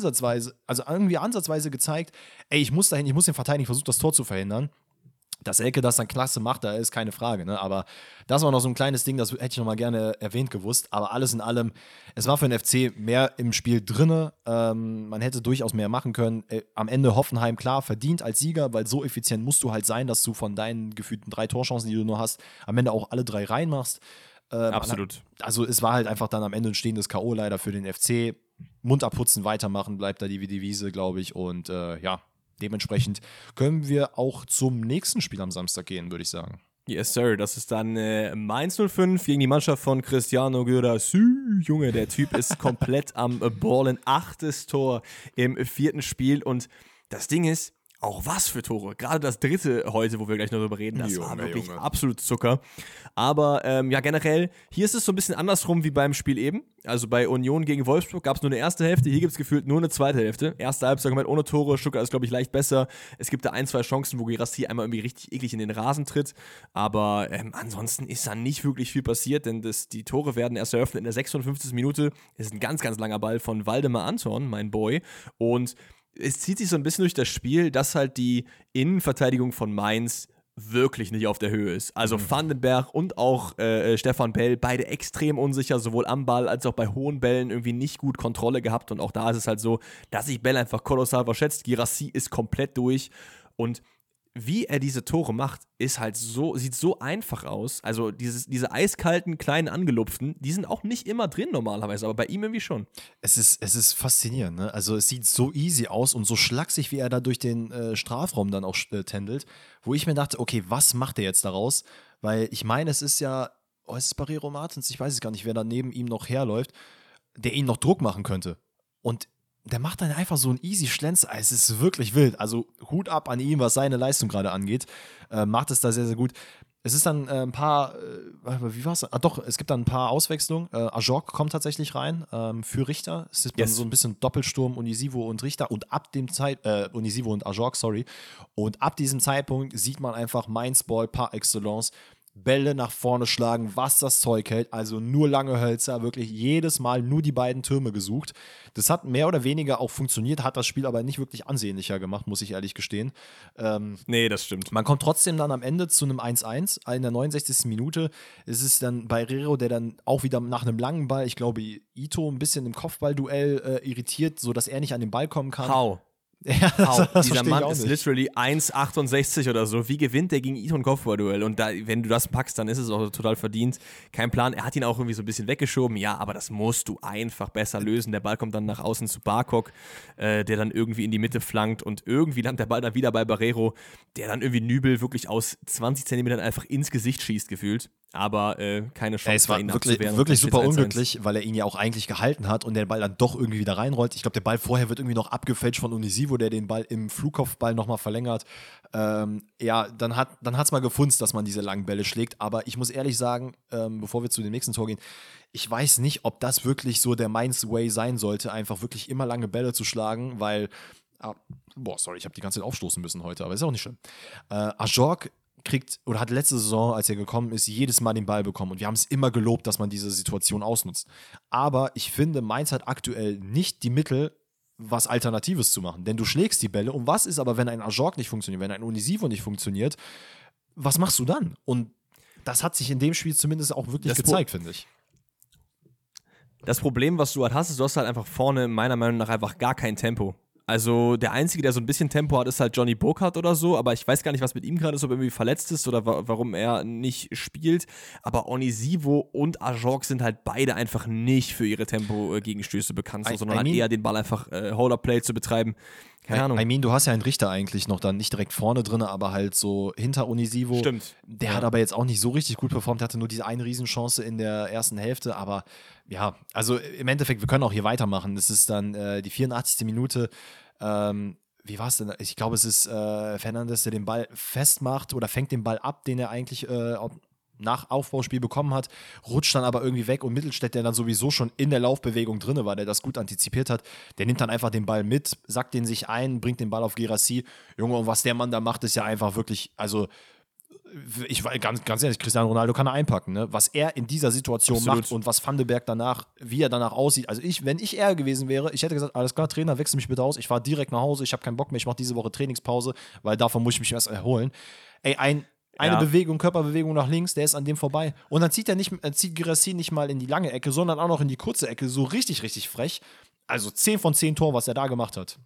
ansatzweise gezeigt, ey, ich muss dahin, ich muss den verteidigen, ich versuche das Tor zu verhindern. Dass Selke das dann klasse macht, da ist keine Frage, ne? Aber das war noch so ein kleines Ding, das hätte ich noch mal gerne erwähnt gewusst. Aber alles in allem, es war für den FC mehr im Spiel drinne. Man hätte durchaus mehr machen können. Am Ende Hoffenheim, klar, verdient als Sieger, weil so effizient musst du halt sein, dass du von deinen gefühlten 3 Torchancen, die du nur hast, am Ende auch alle 3 reinmachst. Absolut. Also es war halt einfach dann am Ende ein stehendes K.O. leider für den FC. Mund abputzen, weitermachen, bleibt da die Devise, glaube ich. Und dementsprechend können wir auch zum nächsten Spiel am Samstag gehen, würde ich sagen. Yes, sir. Das ist dann Mainz 05 gegen die Mannschaft von Cristiano Guirassy. Junge, der Typ ist komplett am Ballen. 8. Tor im 4. Spiel. Und das Ding ist, auch was für Tore. Gerade das 3. heute, wo wir gleich noch drüber reden, das war wirklich absolut Zucker. Aber generell, hier ist es so ein bisschen andersrum wie beim Spiel eben. Also bei Union gegen Wolfsburg gab es nur eine erste Hälfte, hier gibt es gefühlt nur eine zweite Hälfte. Erste Halbzeit komplett ohne Tore, Stuttgart ist, glaube ich, leicht besser. Es gibt da 1, 2 Chancen, wo Guirassy einmal irgendwie richtig eklig in den Rasen tritt. Aber ansonsten ist da nicht wirklich viel passiert, denn die Tore werden erst eröffnet in der 56. Minute. Das ist ein ganz, ganz langer Ball von Waldemar Anton, mein Boy. Und es zieht sich so ein bisschen durch das Spiel, dass halt die Innenverteidigung von Mainz wirklich nicht auf der Höhe ist. Also Vandenberg und auch Stefan Bell, beide extrem unsicher, sowohl am Ball als auch bei hohen Bällen irgendwie nicht gut Kontrolle gehabt. Und auch da ist es halt so, dass sich Bell einfach kolossal verschätzt. Guirassy ist komplett durch. Und wie er diese Tore macht, ist halt so, sieht so einfach aus. Also diese eiskalten, kleinen Angelupften, die sind auch nicht immer drin normalerweise, aber bei ihm irgendwie schon. Es ist faszinierend, ne? Also es sieht so easy aus und so schlaksig, wie er da durch den Strafraum dann auch tändelt, wo ich mir dachte, okay, was macht er jetzt daraus? Weil ich meine, es ist ja, ist es Barreiro Martins? Ich weiß es gar nicht, wer da neben ihm noch herläuft, der ihn noch Druck machen könnte. Und der macht dann einfach so einen easy Schlenzer. Es ist wirklich wild. Also Hut ab an ihm, was seine Leistung gerade angeht. Macht es da sehr, sehr gut. Es ist dann ein paar, wie war's? Es gibt dann ein paar Auswechslungen. Ajorc kommt tatsächlich rein für Richter. Es ist dann so ein bisschen Doppelsturm, Unisivo und Richter. Und ab dem Unisivo und Ajorc, sorry. Und ab diesem Zeitpunkt sieht man einfach Mainz Ball par excellence. Bälle nach vorne schlagen, was das Zeug hält. Also nur lange Hölzer, wirklich jedes Mal nur die beiden Türme gesucht. Das hat mehr oder weniger auch funktioniert, hat das Spiel aber nicht wirklich ansehnlicher gemacht, muss ich ehrlich gestehen. Nee, das stimmt. Man kommt trotzdem dann am Ende zu einem 1-1 in der 69. Minute. Es ist dann Barreiro, der dann auch wieder nach einem langen Ball, ich glaube, Ito ein bisschen im Kopfballduell irritiert, sodass er nicht an den Ball kommen kann. How? Ja, dieser Mann ist literally 1,68 oder so. Wie gewinnt der gegen Ito ein Kopfballduell? Und wenn du das packst, dann ist es auch total verdient. Kein Plan. Er hat ihn auch irgendwie so ein bisschen weggeschoben. Ja, aber das musst du einfach besser lösen. Der Ball kommt dann nach außen zu Barkok, der dann irgendwie in die Mitte flankt. Und irgendwie landet der Ball dann wieder bei Barreiro, der dann irgendwie Nübel wirklich aus 20 Zentimetern einfach ins Gesicht schießt, gefühlt. Aber keine Chance, es war ihn wirklich super unglücklich, weil er ihn ja auch eigentlich gehalten hat und der Ball dann doch irgendwie wieder reinrollt. Ich glaube, der Ball vorher wird irgendwie noch abgefälscht von Unisivo, der den Ball im Flugkopfball nochmal verlängert. Dann hat's mal gefunzt, dass man diese langen Bälle schlägt. Aber ich muss ehrlich sagen, bevor wir zu dem nächsten Tor gehen, ich weiß nicht, ob das wirklich so der Mainz Way sein sollte, einfach wirklich immer lange Bälle zu schlagen, weil ich habe die ganze Zeit aufstoßen müssen heute, aber ist auch nicht schlimm. Ajorc hat letzte Saison, als er gekommen ist, jedes Mal den Ball bekommen. Und wir haben es immer gelobt, dass man diese Situation ausnutzt. Aber ich finde, Mainz hat aktuell nicht die Mittel, was Alternatives zu machen. Denn du schlägst die Bälle. Und was ist aber, wenn ein Ajorc nicht funktioniert, wenn ein Unisivo nicht funktioniert? Was machst du dann? Und das hat sich in dem Spiel zumindest auch wirklich gezeigt, finde ich. Das Problem, was du halt hast, ist, du hast halt einfach vorne meiner Meinung nach einfach gar kein Tempo. Also der Einzige, der so ein bisschen Tempo hat, ist halt Johnny Burkhardt oder so, aber ich weiß gar nicht, was mit ihm gerade ist, ob er irgendwie verletzt ist oder warum er nicht spielt. Aber Onisivo und Ajorc sind halt beide einfach nicht für ihre Tempo-Gegenstöße bekannt, sondern halt eher den Ball einfach Hold-Up-Play zu betreiben. keine Ahnung. I mean, du hast ja einen Richter eigentlich noch dann nicht direkt vorne drin, aber halt so hinter Unisivo. Stimmt. Der hat aber jetzt auch nicht so richtig gut performt, der hatte nur diese eine Riesenchance in der ersten Hälfte, aber ja, also im Endeffekt, wir können auch hier weitermachen. Das ist dann die 84. Minute. Wie war es denn? Ich glaube, es ist Fernandes, der den Ball festmacht oder fängt den Ball ab, den er eigentlich nach Aufbauspiel bekommen hat, rutscht dann aber irgendwie weg und Mittelstädt, der dann sowieso schon in der Laufbewegung drin war, der das gut antizipiert hat, der nimmt dann einfach den Ball mit, sackt den sich ein, bringt den Ball auf Guirassy. Junge, und was der Mann da macht, ist ja einfach wirklich, also ich war ganz ehrlich, Cristiano Ronaldo kann er einpacken, ne? Was er in dieser Situation Absolut. macht und was Van de Beek danach, wie er danach aussieht. Also wenn ich er gewesen wäre, ich hätte gesagt, alles klar, Trainer, wechsel mich bitte aus, ich fahre direkt nach Hause, ich habe keinen Bock mehr, ich mache diese Woche Trainingspause, weil davon muss ich mich erst erholen. Ey, eine Bewegung, Körperbewegung nach links, der ist an dem vorbei. Und dann zieht Guirassy nicht mal in die lange Ecke, sondern auch noch in die kurze Ecke, so richtig, richtig frech. Also 10 von 10 Toren, was er da gemacht hat.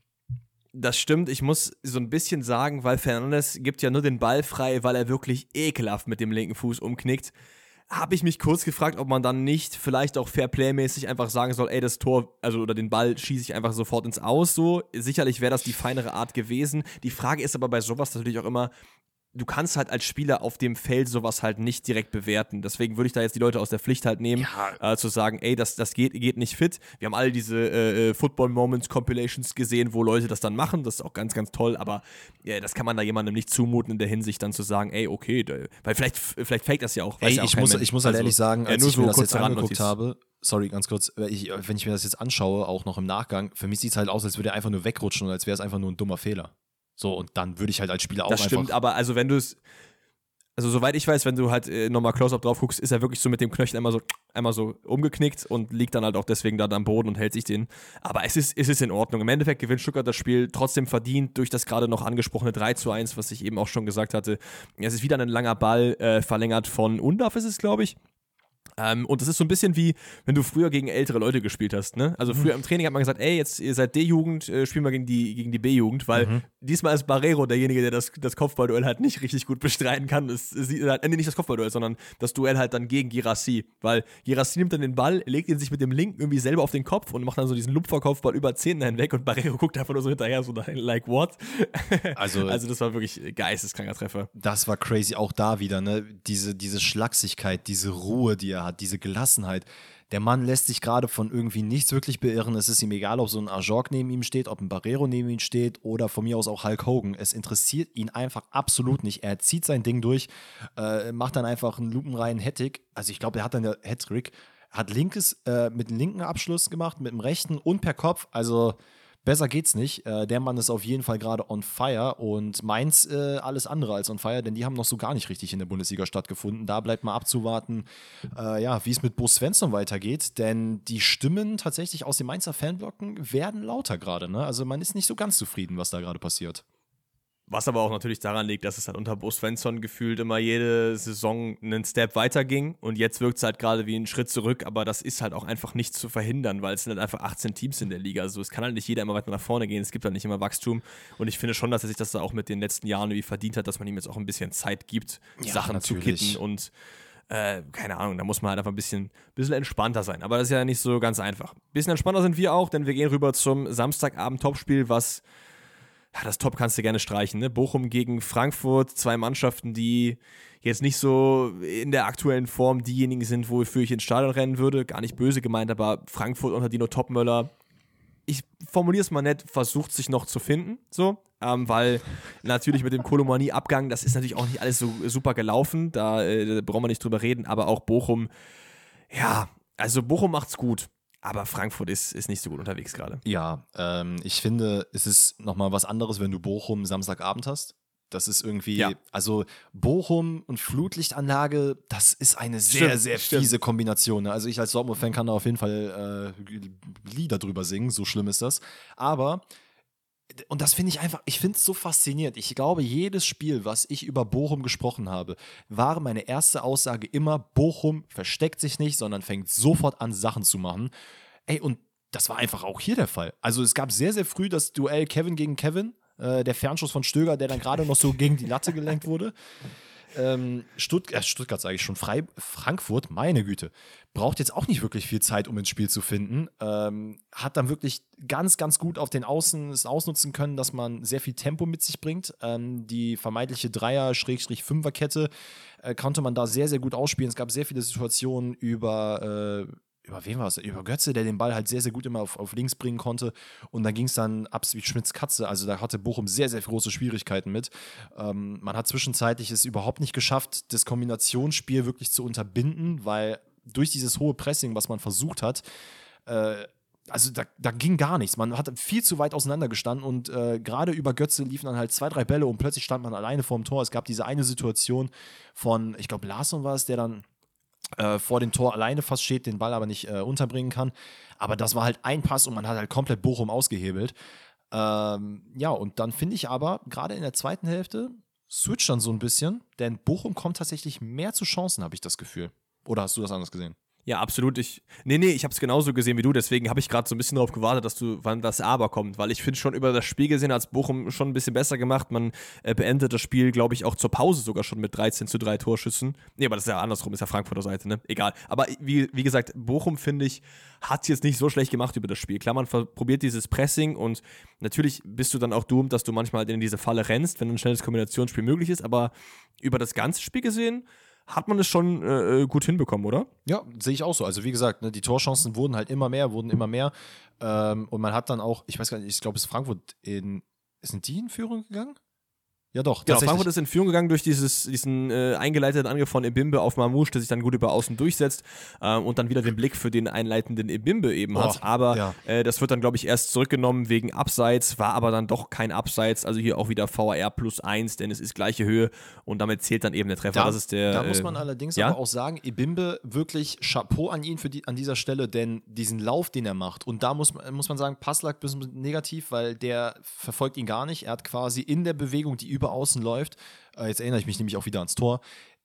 Das stimmt, ich muss so ein bisschen sagen, weil Fernandes gibt ja nur den Ball frei, weil er wirklich ekelhaft mit dem linken Fuß umknickt. Habe ich mich kurz gefragt, ob man dann nicht vielleicht auch Fairplay-mäßig einfach sagen soll, ey, das Tor, also oder den Ball schieße ich einfach sofort ins Aus, so. Sicherlich wäre das die feinere Art gewesen. Die Frage ist aber bei sowas natürlich auch immer, du kannst halt als Spieler auf dem Feld sowas halt nicht direkt bewerten. Deswegen würde ich da jetzt die Leute aus der Pflicht halt nehmen, zu sagen, ey, das geht nicht fit. Wir haben alle diese Football-Moments-Compilations gesehen, wo Leute das dann machen. Das ist auch ganz, ganz toll, aber das kann man da jemandem nicht zumuten in der Hinsicht dann zu sagen, ey, okay, weil vielleicht fake das ja auch. Ey, ja ich muss halt ehrlich sagen, als ich mir das jetzt angeguckt habe, sorry, ganz kurz, wenn ich mir das jetzt anschaue, auch noch im Nachgang, für mich sieht es halt aus, als würde er einfach nur wegrutschen und als wäre es einfach nur ein dummer Fehler. So, und dann würde ich halt als Spieler auch das einfach... Das stimmt, aber also wenn du es... Also soweit ich weiß, wenn du halt nochmal Close-Up drauf guckst, ist er wirklich so mit dem Knöchel einmal so umgeknickt und liegt dann halt auch deswegen da am Boden und hält sich den. Aber es ist in Ordnung. Im Endeffekt gewinnt Stuttgart das Spiel trotzdem verdient durch das gerade noch angesprochene 3:1, was ich eben auch schon gesagt hatte. Es ist wieder ein langer Ball, verlängert von Undav ist es, glaube ich. Und das ist so ein bisschen wie, wenn du früher gegen ältere Leute gespielt hast, ne? Also früher im Training hat man gesagt, ey, jetzt ihr seid D-Jugend, spielen wir gegen die B-Jugend, weil diesmal ist Barreiro derjenige, der das Kopfballduell halt nicht richtig gut bestreiten kann. Nicht das Kopfballduell, sondern das Duell halt dann gegen Guirassy, weil Guirassy nimmt dann den Ball, legt ihn sich mit dem Linken irgendwie selber auf den Kopf und macht dann so diesen Lupferkopfball über Zähne hinweg und Barreiro guckt einfach nur so hinterher, so like what? Also das war wirklich geisteskranker Treffer. Das war crazy, auch da wieder, ne? Diese Schlagsigkeit, diese Ruhe, die er hat, diese Gelassenheit. Der Mann lässt sich gerade von irgendwie nichts wirklich beirren. Es ist ihm egal, ob so ein Ajorg neben ihm steht, ob ein Barreiro neben ihm steht oder von mir aus auch Hulk Hogan. Es interessiert ihn einfach absolut nicht. Er zieht sein Ding durch, macht dann einfach einen lupenreinen Hattrick. Also ich glaube, er hat dann der Hattrick, hat mit dem linken Abschluss gemacht, mit dem rechten und per Kopf. Also besser geht's nicht. Der Mann ist auf jeden Fall gerade on fire und Mainz alles andere als on fire, denn die haben noch so gar nicht richtig in der Bundesliga stattgefunden. Da bleibt mal abzuwarten, wie es mit Bo Svensson weitergeht, denn die Stimmen tatsächlich aus den Mainzer Fanblocken werden lauter gerade. Ne? Also man ist nicht so ganz zufrieden, was da gerade passiert. Was aber auch natürlich daran liegt, dass es halt unter Bo Svensson gefühlt immer jede Saison einen Step weiter ging und jetzt wirkt es halt gerade wie ein Schritt zurück, aber das ist halt auch einfach nicht zu verhindern, weil es sind halt einfach 18 Teams in der Liga, also es kann halt nicht jeder immer weiter nach vorne gehen, es gibt halt nicht immer Wachstum und ich finde schon, dass er sich das da auch mit den letzten Jahren irgendwie verdient hat, dass man ihm jetzt auch ein bisschen Zeit gibt, Sachen natürlich zu kitten und keine Ahnung, da muss man halt einfach ein bisschen entspannter sein, aber das ist ja nicht so ganz einfach. Ein bisschen entspannter sind wir auch, denn wir gehen rüber zum Samstagabend-Topspiel, was... Ja, das Top kannst du gerne streichen, ne? Bochum gegen Frankfurt, zwei Mannschaften, die jetzt nicht so in der aktuellen Form diejenigen sind, wofür ich ins Stadion rennen würde. Gar nicht böse gemeint, aber Frankfurt unter Dino Topmöller, ich formuliere es mal nett, versucht sich noch zu finden, so. Weil natürlich mit dem Kolomani-Abgang, das ist natürlich auch nicht alles so super gelaufen, da brauchen wir nicht drüber reden, aber auch Bochum, ja, also Bochum macht's gut. Aber Frankfurt ist nicht so gut unterwegs gerade. Ja, ich finde, es ist nochmal was anderes, wenn du Bochum Samstagabend hast. Das ist irgendwie, also Bochum und Flutlichtanlage, das ist eine sehr fiese Kombination. Ne? Also ich als Dortmund-Fan kann da auf jeden Fall Lieder drüber singen, so schlimm ist das. Aber, und das finde ich einfach, ich finde es so faszinierend. Ich glaube, jedes Spiel, was ich über Bochum gesprochen habe, war meine erste Aussage immer, Bochum versteckt sich nicht, sondern fängt sofort an, Sachen zu machen. Ey, und das war einfach auch hier der Fall. Also es gab sehr, sehr früh das Duell Kevin gegen Kevin, der Fernschuss von Stöger, der dann gerade noch so gegen die Latte gelenkt wurde. Stuttgart sage ich schon, Frankfurt, meine Güte, braucht jetzt auch nicht wirklich viel Zeit, um ins Spiel zu finden. Hat dann wirklich ganz, ganz gut auf den Außen es ausnutzen können, dass man sehr viel Tempo mit sich bringt. Die vermeintliche Dreier-Fünfer-Kette konnte man da sehr, sehr gut ausspielen. Es gab sehr viele Situationen über wen war es? Über Götze, der den Ball halt sehr, sehr gut immer auf links bringen konnte. Und dann ging es dann ab wie Schmitz Katze. Also da hatte Bochum sehr, sehr große Schwierigkeiten mit. Man hat zwischenzeitlich es überhaupt nicht geschafft, das Kombinationsspiel wirklich zu unterbinden, weil durch dieses hohe Pressing, was man versucht hat, also da ging gar nichts. Man hat viel zu weit auseinander gestanden und gerade über Götze liefen dann halt 2, 3 Bälle und plötzlich stand man alleine vorm Tor. Es gab diese eine Situation von, ich glaube, Larsson war es, der dann vor dem Tor alleine fast steht, den Ball aber nicht unterbringen kann. Aber das war halt ein Pass und man hat halt komplett Bochum ausgehebelt. Ja, und dann finde ich aber, gerade in der zweiten Hälfte, switcht dann so ein bisschen, denn Bochum kommt tatsächlich mehr zu Chancen, habe ich das Gefühl. Oder hast du das anders gesehen? Ja, absolut. Ich habe es genauso gesehen wie du, deswegen habe ich gerade so ein bisschen darauf gewartet, wann das Aber kommt, weil ich finde schon über das Spiel gesehen, hat Bochum schon ein bisschen besser gemacht. Man beendet das Spiel, glaube ich, auch zur Pause sogar schon mit 13:3 Torschüssen. Nee, aber das ist ja andersrum, ist ja Frankfurter Seite, ne? Egal. Aber wie gesagt, Bochum, finde ich, hat es jetzt nicht so schlecht gemacht über das Spiel. Klar, man probiert dieses Pressing und natürlich bist du dann auch doomed, dass du manchmal halt in diese Falle rennst, wenn ein schnelles Kombinationsspiel möglich ist, aber über das ganze Spiel gesehen hat man es schon gut hinbekommen, oder? Ja, sehe ich auch so. Also wie gesagt, ne, die Torchancen wurden immer mehr. Und man hat dann auch, ich weiß gar nicht, ich glaube, es ist Frankfurt sind die in Führung gegangen? Ja, doch. Genau, Frankfurt ist in Führung gegangen durch diesen eingeleiteten Angriff von Ebimbe auf Mamouche, der sich dann gut über außen durchsetzt und dann wieder den Blick für den einleitenden Ebimbe eben hat. Aber das wird dann, glaube ich, erst zurückgenommen wegen Abseits, war aber dann doch kein Abseits. Also hier auch wieder VAR +1, denn es ist gleiche Höhe und damit zählt dann eben der Treffer. Da muss man allerdings aber auch sagen, Ebimbe wirklich Chapeau an ihn an dieser Stelle, denn diesen Lauf, den er macht, und da muss man sagen, Pass lag ein bisschen negativ, weil der verfolgt ihn gar nicht. Er hat quasi in der Bewegung, die über außen läuft, jetzt erinnere ich mich nämlich auch wieder ans Tor,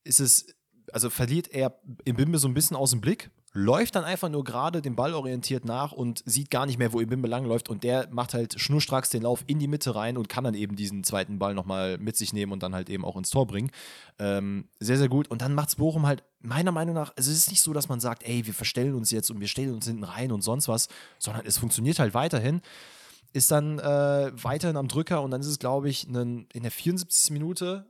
verliert er Ebimbe so ein bisschen aus dem Blick, läuft dann einfach nur gerade dem Ball orientiert nach und sieht gar nicht mehr, wo Ebimbe langläuft und der macht halt schnurstracks den Lauf in die Mitte rein und kann dann eben diesen zweiten Ball nochmal mit sich nehmen und dann halt eben auch ins Tor bringen. Sehr, sehr gut. Und dann macht es Bochum halt meiner Meinung nach, also es ist nicht so, dass man sagt, ey, wir verstellen uns jetzt und wir stellen uns hinten rein und sonst was, sondern es funktioniert halt weiterhin. Ist dann weiterhin am Drücker und dann ist es, glaube ich, in der 74. Minute,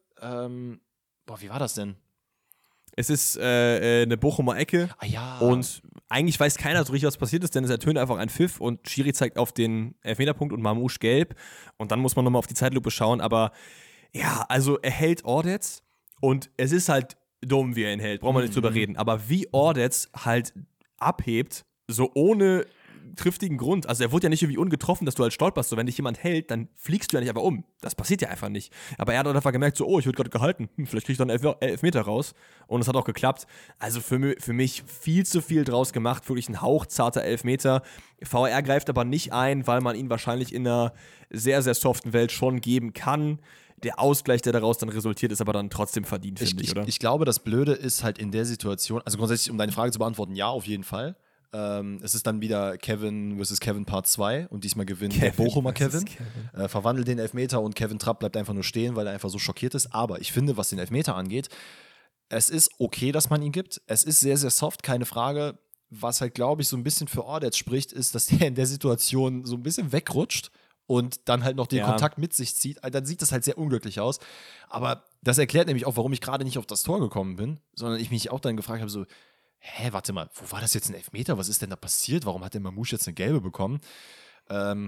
wie war das denn? Es ist eine Bochumer Ecke und eigentlich weiß keiner so richtig, was passiert ist, denn es ertönt einfach ein Pfiff und Schiri zeigt auf den Elfmeterpunkt und Mamouche gelb und dann muss man nochmal auf die Zeitlupe schauen, aber ja, also er hält Ordetz und es ist halt dumm, wie er ihn hält, brauchen wir nicht drüber reden, aber wie Ordetz halt abhebt, so ohne triftigen Grund. Also er wurde ja nicht irgendwie ungetroffen, dass du halt stolperst. So, wenn dich jemand hält, dann fliegst du ja nicht einfach um. Das passiert ja einfach nicht. Aber er hat einfach gemerkt, so, ich wurde gerade gehalten. Vielleicht krieg ich dann 11 Meter raus. Und es hat auch geklappt. Also für mich viel zu viel draus gemacht. Wirklich ein hauchzarter Elfmeter. VAR greift aber nicht ein, weil man ihn wahrscheinlich in einer sehr, sehr soften Welt schon geben kann. Der Ausgleich, der daraus dann resultiert, ist aber dann trotzdem verdient, finde ich, oder? Ich glaube, das Blöde ist halt in der Situation, also grundsätzlich, um deine Frage zu beantworten, ja, auf jeden Fall. Es ist dann wieder Kevin vs. Kevin Part 2 und diesmal gewinnt der Bochumer Kevin. Verwandelt den Elfmeter und Kevin Trapp bleibt einfach nur stehen, weil er einfach so schockiert ist. Aber ich finde, was den Elfmeter angeht, es ist okay, dass man ihn gibt. Es ist sehr, sehr soft, keine Frage. Was halt, glaube ich, so ein bisschen für Ordetz spricht, ist, dass der in der Situation so ein bisschen wegrutscht und dann halt noch den Kontakt mit sich zieht. Dann sieht das halt sehr unglücklich aus. Aber das erklärt nämlich auch, warum ich gerade nicht auf das Tor gekommen bin, sondern ich mich auch dann gefragt habe, so, warte mal, wo war das jetzt ein Elfmeter? Was ist denn da passiert? Warum hat der Mamouche jetzt eine gelbe bekommen? I don't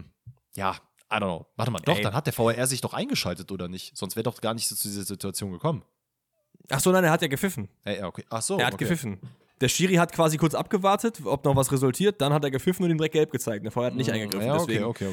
know. Warte mal, doch, dann hat der VAR sich doch eingeschaltet, oder nicht? Sonst wäre doch gar nicht so zu dieser Situation gekommen. Ach so, nein, er hat ja gepfiffen. Okay. Ach so, er hat gepfiffen. Der Schiri hat quasi kurz abgewartet, ob noch was resultiert, dann hat er gepfiffen und ihm direkt gelb gezeigt. Der VR hat nicht eingegriffen. Ja, deswegen, okay.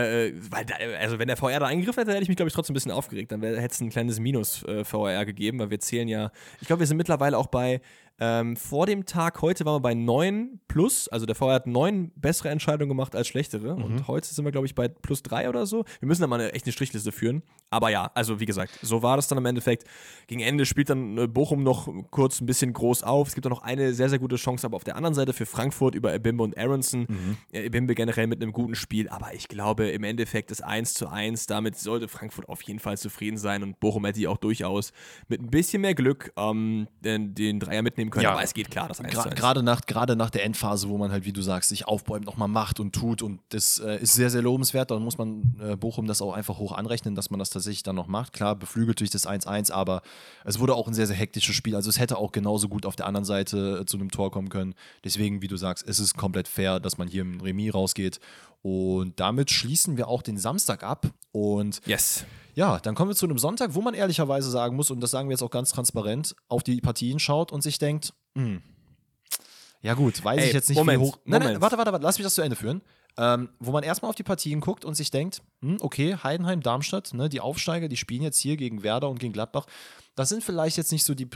Wenn der VR da eingegriffen hätte, hätte ich mich, glaube ich, trotzdem ein bisschen aufgeregt. Dann hätte es ein kleines Minus VAR gegeben, weil wir zählen ja, ich glaube, wir sind mittlerweile auch bei Vor dem Tag heute waren wir bei 9 plus, also der VR hat 9 bessere Entscheidungen gemacht als schlechtere. Und heute sind wir, glaube ich, bei plus 3 oder so. Wir müssen da mal echt eine Strichliste führen. Aber ja, also wie gesagt, so war das dann im Endeffekt. Gegen Ende spielt dann Bochum noch kurz ein bisschen groß auf. Es gibt auch noch eine sehr, sehr gute Chance, aber auf der anderen Seite für Frankfurt über Ebimbe und Aronson. Ebimbe generell mit einem guten Spiel, aber ich glaube im Endeffekt das 1:1, damit sollte Frankfurt auf jeden Fall zufrieden sein und Bochum hätte auch durchaus mit ein bisschen mehr Glück den Dreier mitnehmen können, aber es geht klar, das 1:1. Gerade nach der Endphase, wo man halt, wie du sagst, sich aufbäumt, nochmal macht und tut und das ist sehr, sehr lobenswert, dann muss man Bochum das auch einfach hoch anrechnen, dass man das tatsächlich dann noch macht. Klar, beflügelt durch das 1:1, aber es wurde auch ein sehr, sehr hektisches Spiel, also es hätte auch genauso gut auf der anderen Seite zu einem Tor kommen können. Deswegen, wie du sagst, es ist komplett fair, dass man hier im Remis rausgeht und damit schließen wir auch den Samstag ab und ja, dann kommen wir zu einem Sonntag, wo man ehrlicherweise sagen muss, und das sagen wir jetzt auch ganz transparent, auf die Partien schaut und sich denkt, ja gut, weiß ich jetzt nicht, wie hoch... Nein, warte, lass mich das zu Ende führen. Wo man erstmal auf die Partien guckt und sich denkt, okay, Heidenheim, Darmstadt, ne, die Aufsteiger, die spielen jetzt hier gegen Werder und gegen Gladbach. Das sind vielleicht jetzt nicht so die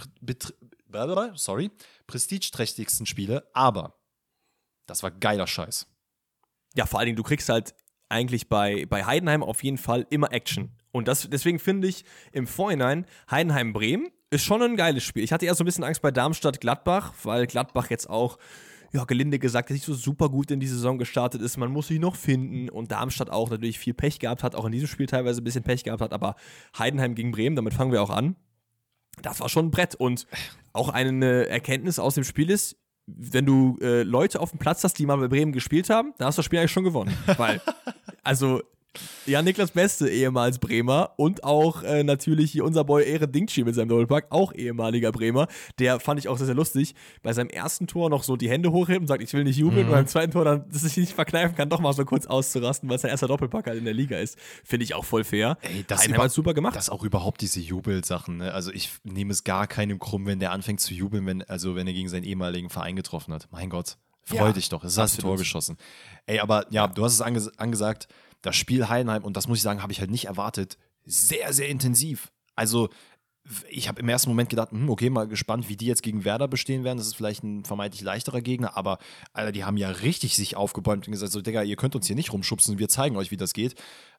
prestigeträchtigsten Spiele, aber das war geiler Scheiß. Ja, vor allen Dingen, du kriegst halt eigentlich bei Heidenheim auf jeden Fall immer Action. Und deswegen finde ich im Vorhinein Heidenheim-Bremen ist schon ein geiles Spiel. Ich hatte eher so ein bisschen Angst bei Darmstadt-Gladbach, weil Gladbach jetzt auch, ja, gelinde gesagt, nicht so super gut in die Saison gestartet ist. Man muss sich noch finden und Darmstadt auch natürlich viel Pech gehabt hat, auch in diesem Spiel teilweise ein bisschen Pech gehabt hat, aber Heidenheim gegen Bremen, damit fangen wir auch an. Das war schon ein Brett und auch eine Erkenntnis aus dem Spiel ist, wenn du Leute auf dem Platz hast, die mal bei Bremen gespielt haben, dann hast du das Spiel eigentlich schon gewonnen. Weil, also, ja, Niklas Beste, ehemals Bremer und auch natürlich hier unser Boy Ere Dingchi mit seinem Doppelpack, auch ehemaliger Bremer, der fand ich auch sehr, sehr lustig, bei seinem ersten Tor noch so die Hände hochheben und sagt, ich will nicht jubeln, und beim zweiten Tor dann, dass ich nicht verkneifen kann, doch mal so kurz auszurasten, weil es sein erster Doppelpack halt in der Liga ist. Finde ich auch voll fair. Ey, das hat super gemacht. Das auch überhaupt diese Jubelsachen, ne? Also ich nehme es gar keinem krumm, wenn der anfängt zu jubeln, wenn er gegen seinen ehemaligen Verein getroffen hat. Mein Gott, freu dich doch, es hast ein Tor geschossen. Ey, aber ja, du hast es angesagt, das Spiel Heidenheim, und das muss ich sagen, habe ich halt nicht erwartet, sehr, sehr intensiv. Also ich habe im ersten Moment gedacht, okay, mal gespannt, wie die jetzt gegen Werder bestehen werden. Das ist vielleicht ein vermeintlich leichterer Gegner, aber Alter, die haben ja richtig sich aufgebäumt und gesagt, so Digga, ihr könnt uns hier nicht rumschubsen, wir zeigen euch, wie das geht.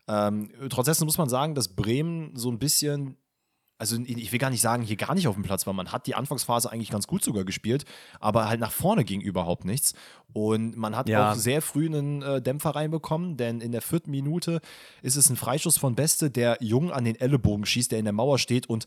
Trotzdem muss man sagen, dass Bremen so ein bisschen, also ich will gar nicht sagen, hier gar nicht auf dem Platz war. Man hat die Anfangsphase eigentlich ganz gut sogar gespielt, aber halt nach vorne ging überhaupt nichts. Und man hat auch sehr früh einen Dämpfer reinbekommen, denn in der 4. Minute ist es ein Freischuss von Beste, der Jung an den Ellenbogen schießt, der in der Mauer steht und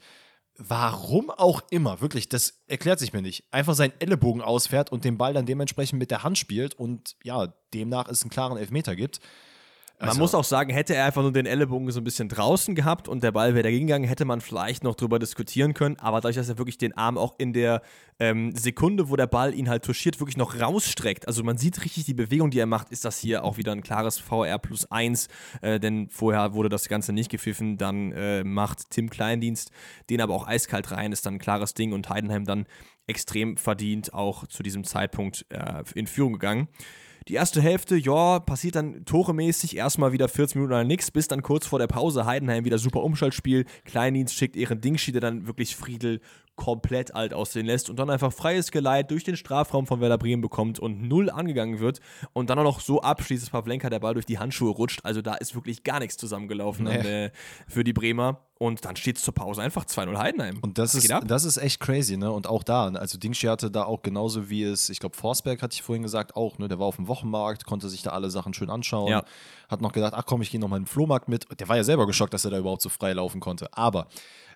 warum auch immer, wirklich, das erklärt sich mir nicht, einfach seinen Ellenbogen ausfährt und den Ball dann dementsprechend mit der Hand spielt und ja, demnach es einen klaren Elfmeter gibt. Man muss auch sagen, hätte er einfach nur den Ellenbogen so ein bisschen draußen gehabt und der Ball wäre dagegen gegangen, hätte man vielleicht noch drüber diskutieren können. Aber dadurch, dass er wirklich den Arm auch in der Sekunde, wo der Ball ihn halt touchiert, wirklich noch rausstreckt. Also man sieht richtig die Bewegung, die er macht, ist das hier auch wieder ein klares VR+1. Denn vorher wurde das Ganze nicht gepfiffen. Dann macht Tim Kleindienst den aber auch eiskalt rein, ist dann ein klares Ding und Heidenheim dann extrem verdient auch zu diesem Zeitpunkt in Führung gegangen. Die erste Hälfte, ja, passiert dann toremäßig erstmal wieder 40 Minuten lang nichts, bis dann kurz vor der Pause Heidenheim wieder super Umschaltspiel. Kleindienst schickt ihren Dingshi, der dann wirklich Friedl komplett alt aussehen lässt und dann einfach freies Geleit durch den Strafraum von Werder Bremen bekommt und 0 angegangen wird und dann auch noch so abschließt, dass Pavlenka der Ball durch die Handschuhe rutscht. Also da ist wirklich gar nichts zusammengelaufen für die Bremer. Und dann steht es zur Pause einfach 2:0 Heidenheim. Und das ist echt crazy, ne? Und auch da, also Dingshi hatte da auch genauso wie es, ich glaube, Forsberg hatte ich vorhin gesagt, auch, ne? Der war auf dem Wochenmarkt, konnte sich da alle Sachen schön anschauen, hat noch gedacht, ach komm, ich gehe noch mal in den Flohmarkt mit. Der war ja selber geschockt, dass er da überhaupt so frei laufen konnte. Aber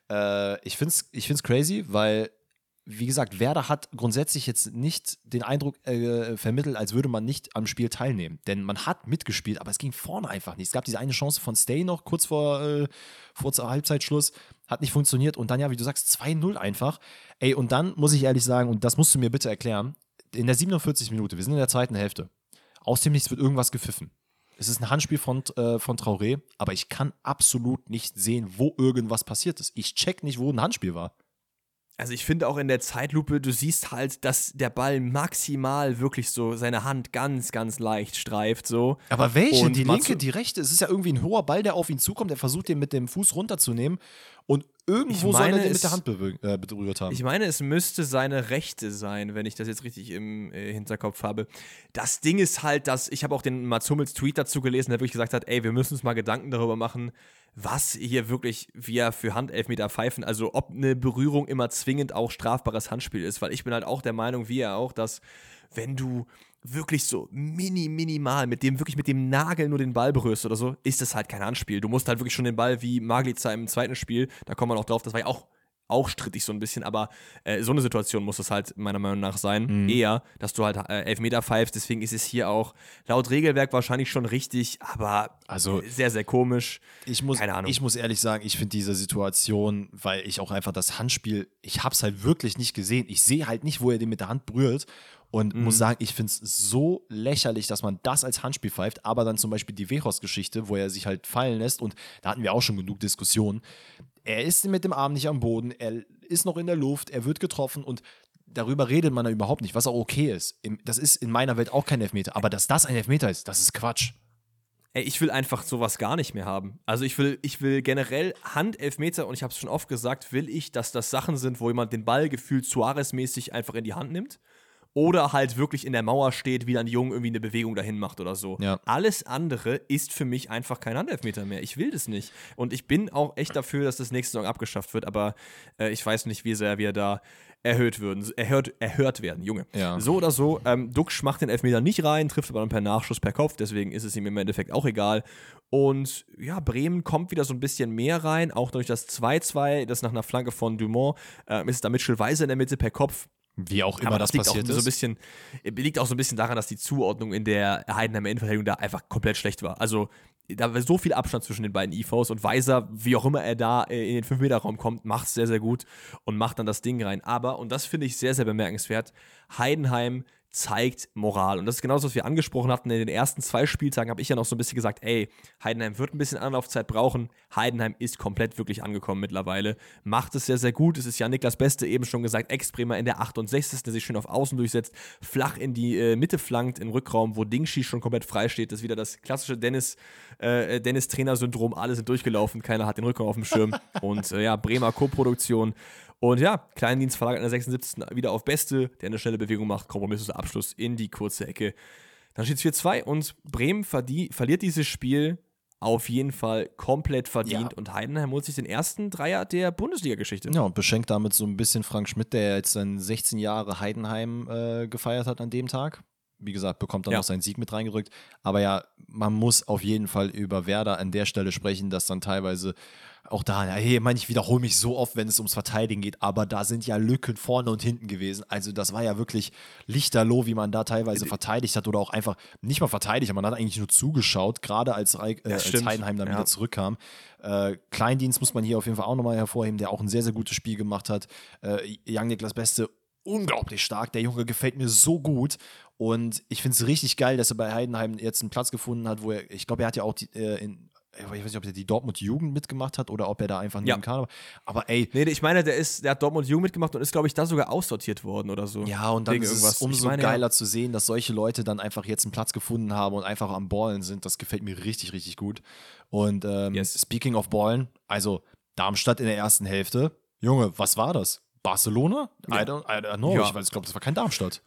ich find's crazy, weil, wie gesagt, Werder hat grundsätzlich jetzt nicht den Eindruck vermittelt, als würde man nicht am Spiel teilnehmen. Denn man hat mitgespielt, aber es ging vorne einfach nicht. Es gab diese eine Chance von Stay noch kurz vor Halbzeitschluss, hat nicht funktioniert. Und dann, ja, wie du sagst, 2:0 einfach. Ey, und dann muss ich ehrlich sagen, und das musst du mir bitte erklären, in der 47. Minute, wir sind in der zweiten Hälfte, aus dem Nichts wird irgendwas gepfiffen. Es ist ein Handspiel von Traoré, aber ich kann absolut nicht sehen, wo irgendwas passiert ist. Ich check nicht, wo ein Handspiel war. Also ich finde auch in der Zeitlupe, du siehst halt, dass der Ball maximal wirklich so seine Hand ganz, ganz leicht streift. So. Aber welche? Die linke, die rechte? Es ist ja irgendwie ein hoher Ball, der auf ihn zukommt. Er versucht, den mit dem Fuß runterzunehmen. Und irgendwo soll er den mit der Hand berührt haben. Ich meine, es müsste seine Rechte sein, wenn ich das jetzt richtig im Hinterkopf habe. Das Ding ist halt, dass ich habe auch den Mats Hummels Tweet dazu gelesen, der wirklich gesagt hat, ey, wir müssen uns mal Gedanken darüber machen, was hier wirklich wir für Handelfmeter pfeifen, also ob eine Berührung immer zwingend auch strafbares Handspiel ist, weil ich bin halt auch der Meinung, wie er auch, dass wenn du wirklich so minimal mit dem Nagel nur den Ball berührst oder so, ist das halt kein Handspiel. Du musst halt wirklich schon den Ball wie Maglica im zweiten Spiel, da kommen wir noch drauf, das war ja auch strittig so ein bisschen, aber so eine Situation muss es halt meiner Meinung nach sein. Eher, dass du halt Elfmeter pfeifst, deswegen ist es hier auch laut Regelwerk wahrscheinlich schon richtig, aber sehr, sehr komisch. Keine Ahnung. Ich muss ehrlich sagen, ich finde diese Situation, weil ich auch einfach das Handspiel, ich habe es halt wirklich nicht gesehen. Ich sehe halt nicht, wo er den mit der Hand berührt. Und muss sagen, ich finde es so lächerlich, dass man das als Handspiel pfeift, aber dann zum Beispiel die Wechhorst-Geschichte, wo er sich halt fallen lässt und da hatten wir auch schon genug Diskussionen. Er ist mit dem Arm nicht am Boden, er ist noch in der Luft, er wird getroffen und darüber redet man da überhaupt nicht, was auch okay ist. Das ist in meiner Welt auch kein Elfmeter, aber dass das ein Elfmeter ist, das ist Quatsch. Ey, ich will einfach sowas gar nicht mehr haben. Also ich will generell Handelfmeter, und ich habe es schon oft gesagt, will ich, dass das Sachen sind, wo jemand den Ball gefühlt Suarez-mäßig einfach in die Hand nimmt. Oder halt wirklich in der Mauer steht, wie dann Jung irgendwie eine Bewegung dahin macht oder so. Ja. Alles andere ist für mich einfach kein Handelfmeter mehr. Ich will das nicht. Und ich bin auch echt dafür, dass das nächste Saison abgeschafft wird, aber ich weiß nicht, wie sehr wir da erhört werden, Junge. Ja. So oder so, Duxch macht den Elfmeter nicht rein, trifft aber dann per Nachschuss per Kopf, deswegen ist es ihm im Endeffekt auch egal. Und ja, Bremen kommt wieder so ein bisschen mehr rein, auch durch das 2-2, das nach einer Flanke von Dumont, ist da Mitchell Weiser in der Mitte per Kopf. Wie auch immer das passiert ist. Liegt auch so ein bisschen daran, dass die Zuordnung in der Heidenheimer Innenverteidigung da einfach komplett schlecht war. Also da war so viel Abstand zwischen den beiden IVs und Weiser, wie auch immer er da in den 5-Meter-Raum kommt, macht es sehr, sehr gut und macht dann das Ding rein. Aber, und das finde ich sehr, sehr bemerkenswert, Heidenheim zeigt Moral. Und das ist genau das, was wir angesprochen hatten. In den ersten 2 Spieltagen habe ich ja noch so ein bisschen gesagt, ey, Heidenheim wird ein bisschen Anlaufzeit brauchen. Heidenheim ist komplett wirklich angekommen mittlerweile. Macht es sehr, sehr gut. Es ist ja Niklas Beste eben schon gesagt, Ex-Bremer in der 68. der sich schön auf Außen durchsetzt, flach in die Mitte flankt, im Rückraum, wo Dingschi schon komplett frei steht. Das ist wieder das klassische Dennis-Trainer-Syndrom. Alle sind durchgelaufen, keiner hat den Rückraum auf dem Schirm. Und Bremer Co-Produktion. Und ja, Kleindienst verlagert in der 76. wieder auf Beste, der eine schnelle Bewegung macht, kompromissloser Abschluss in die kurze Ecke. Dann steht es 4-2 und Bremen verliert dieses Spiel auf jeden Fall komplett verdient. Ja. Und Heidenheim holt sich den ersten Dreier der Bundesliga-Geschichte. Ja, und beschenkt damit so ein bisschen Frank Schmidt, der jetzt seine 16 Jahre Heidenheim gefeiert hat an dem Tag. Wie gesagt, bekommt dann noch seinen Sieg mit reingerückt. Aber ja, man muss auf jeden Fall über Werder an der Stelle sprechen, dass dann teilweise auch da, ich wiederhole mich so oft, wenn es ums Verteidigen geht, aber da sind ja Lücken vorne und hinten gewesen. Also das war ja wirklich lichterloh, wie man da teilweise verteidigt hat oder auch einfach nicht mal verteidigt, man hat eigentlich nur zugeschaut, gerade als Heidenheim dann wieder zurückkam. Kleindienst muss man hier auf jeden Fall auch nochmal hervorheben, der auch ein sehr, sehr gutes Spiel gemacht hat. Young Niklas Beste, unglaublich stark. Der Junge gefällt mir so gut. Und ich finde es richtig geil, dass er bei Heidenheim jetzt einen Platz gefunden hat, wo ich glaube, er hat ja auch ich weiß nicht, ob er die Dortmund-Jugend mitgemacht hat oder ob er da einfach nur im Kader war. Aber ey. Nee, ich meine, der hat Dortmund-Jugend mitgemacht und ist, glaube ich, da sogar aussortiert worden oder so. Ja, und dann ist es umso geiler zu sehen, dass solche Leute dann einfach jetzt einen Platz gefunden haben und einfach am Ballen sind. Das gefällt mir richtig, richtig gut. Und speaking of Ballen, also Darmstadt in der ersten Hälfte. Junge, was war das? Barcelona? I don't know. Ja. Ich glaube, das war kein Darmstadt.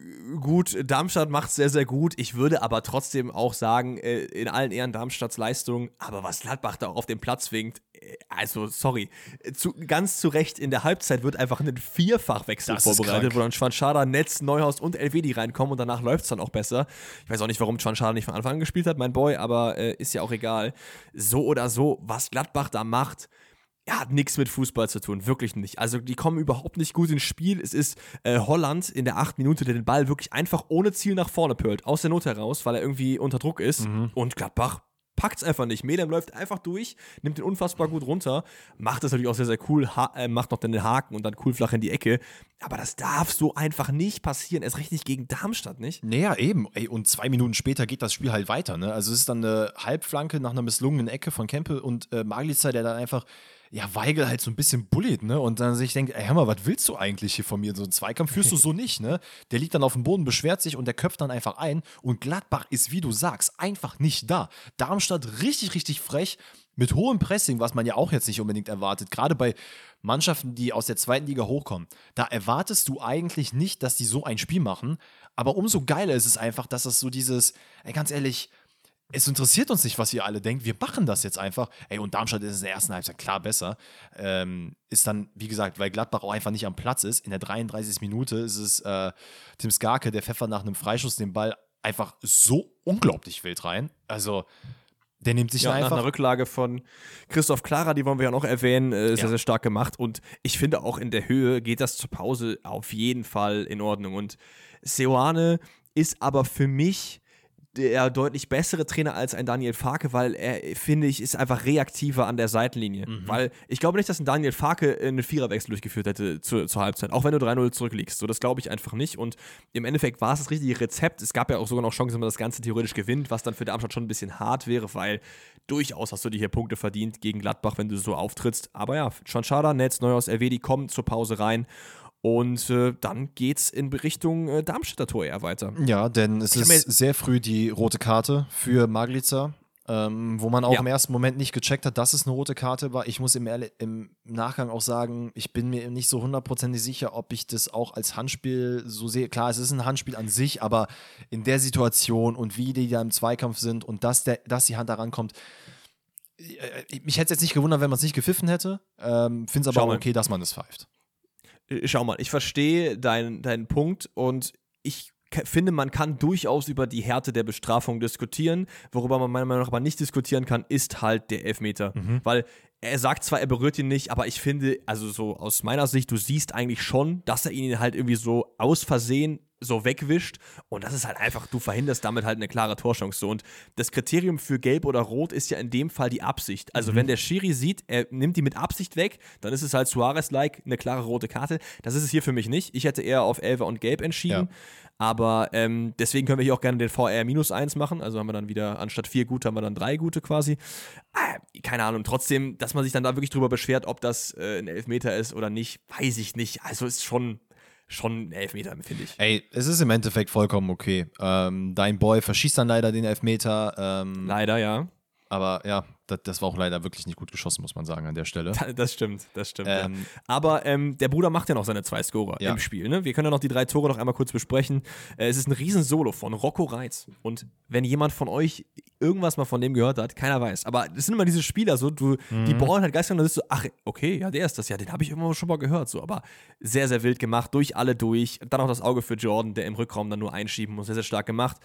Gut, Darmstadt macht es sehr, sehr gut. Ich würde aber trotzdem auch sagen, in allen Ehren Darmstadts Leistung, aber was Gladbach da auf den Platz winkt, also sorry, ganz zu Recht, in der Halbzeit wird einfach ein Vierfachwechsel vorbereitet, wo dann Schwanschada, Netz, Neuhaus und Elvedi reinkommen und danach läuft es dann auch besser. Ich weiß auch nicht, warum Schwanschada nicht von Anfang an gespielt hat, mein Boy, aber ist ja auch egal. So oder so, was Gladbach da macht, hat nichts mit Fußball zu tun, wirklich nicht. Also die kommen überhaupt nicht gut ins Spiel. Es ist Holland in der 8. Minute, der den Ball wirklich einfach ohne Ziel nach vorne pölt, aus der Not heraus, weil er irgendwie unter Druck ist. Und Gladbach packt es einfach nicht. Medem läuft einfach durch, nimmt den unfassbar gut runter, macht das natürlich auch sehr, sehr cool, macht noch dann den Haken und dann cool flach in die Ecke. Aber das darf so einfach nicht passieren. Erst recht nicht gegen Darmstadt, nicht? Naja, eben. Und 2 Minuten später geht das Spiel halt weiter. Ne? Also es ist dann eine Halbflanke nach einer misslungenen Ecke von Kempe und Maglica, der dann einfach Weigel halt so ein bisschen bullied, ne? Und dann sich denkt, ey, hör mal, was willst du eigentlich hier von mir? So einen Zweikampf führst du so nicht, ne? Der liegt dann auf dem Boden, beschwert sich und der köpft dann einfach ein. Und Gladbach ist, wie du sagst, einfach nicht da. Darmstadt richtig, richtig frech. mit hohem Pressing, was man ja auch jetzt nicht unbedingt erwartet, gerade bei Mannschaften, die aus der zweiten Liga hochkommen, da erwartest du eigentlich nicht, dass die so ein Spiel machen, aber umso geiler ist es einfach, dass das so dieses, ey, ganz ehrlich, es interessiert uns nicht, was ihr alle denkt, wir machen das jetzt einfach. Ey, und Darmstadt ist in der ersten Halbzeit klar besser. Ist dann, wie gesagt, weil Gladbach auch einfach nicht am Platz ist, in der 33. Minute ist es Tim Skarke, der pfeffert nach einem Freischuss den Ball einfach so unglaublich wild rein. Also, der nimmt sich einfach. Nach einer Rücklage von Christoph Klara, die wollen wir ja noch erwähnen, sehr, sehr stark gemacht. Und ich finde auch in der Höhe geht das zur Pause auf jeden Fall in Ordnung. Und Seoane ist aber für mich der deutlich bessere Trainer als ein Daniel Farke, weil er, finde ich, ist einfach reaktiver an der Seitenlinie. Weil ich glaube nicht, dass ein Daniel Farke einen Viererwechsel durchgeführt hätte zur Halbzeit, auch wenn du 3-0 zurückliegst. So, das glaube ich einfach nicht. Und im Endeffekt war es das richtige Rezept. Es gab ja auch sogar noch Chancen, dass man das Ganze theoretisch gewinnt, was dann für Darmstadt schon ein bisschen hart wäre, weil durchaus hast du dir hier Punkte verdient gegen Gladbach, wenn du so auftrittst. Aber ja, Chanchada, Netz, Neuhaus, Elvedi kommen zur Pause rein. Und dann geht's in Richtung Darmstädter Tor eher weiter. Ja, denn es ist sehr früh die rote Karte für Maglica, wo man auch im ersten Moment nicht gecheckt hat, dass es eine rote Karte war. Ich muss im Nachgang auch sagen, ich bin mir nicht so hundertprozentig sicher, ob ich das auch als Handspiel so sehe. Klar, es ist ein Handspiel an sich, aber in der Situation und wie die da im Zweikampf sind und dass die Hand da rankommt, mich hätte es jetzt nicht gewundert, wenn man es nicht gepfiffen hätte. Finde es aber auch okay, dass man es pfeift. Schau mal, ich verstehe deinen Punkt und ich finde, man kann durchaus über die Härte der Bestrafung diskutieren. Worüber man meiner Meinung nach aber nicht diskutieren kann, ist halt der Elfmeter. Weil er sagt zwar, er berührt ihn nicht, aber ich finde, also so aus meiner Sicht, du siehst eigentlich schon, dass er ihn halt irgendwie so aus Versehen so wegwischt und das ist halt einfach, du verhinderst damit halt eine klare Torchance so. Und das Kriterium für Gelb oder Rot ist ja in dem Fall die Absicht. Also wenn der Schiri sieht, er nimmt die mit Absicht weg, dann ist es halt Suarez-like eine klare rote Karte. Das ist es hier für mich nicht. Ich hätte eher auf Elfer und Gelb entschieden, aber deswegen können wir hier auch gerne den VR-1 machen, also haben wir dann wieder, anstatt 4 gute, haben wir dann 3 gute quasi. Keine Ahnung, trotzdem, dass man sich dann da wirklich drüber beschwert, ob das ein Elfmeter ist oder nicht, weiß ich nicht. Also ist schon ein Elfmeter, finde ich. Ey, es ist im Endeffekt vollkommen okay. Dein Boy verschießt dann leider den Elfmeter. Leider, ja. Aber ja, das war auch leider wirklich nicht gut geschossen, muss man sagen, an der Stelle. Das stimmt. Ja. Aber der Bruder macht ja noch seine 2 Scorer im Spiel. Ne? Wir können ja noch die 3 Tore noch einmal kurz besprechen. Es ist ein Riesensolo von Rocco Reitz. Und wenn jemand von euch irgendwas mal von dem gehört hat, keiner weiß. Aber es sind immer diese Spieler, so, die ballen halt geistig und dann ist so, ach, okay, ja, der ist das ja, den habe ich immer schon mal gehört. So. Aber sehr, sehr wild gemacht, durch alle durch. Dann auch das Auge für Jordan, der im Rückraum dann nur einschieben muss, sehr, sehr stark gemacht.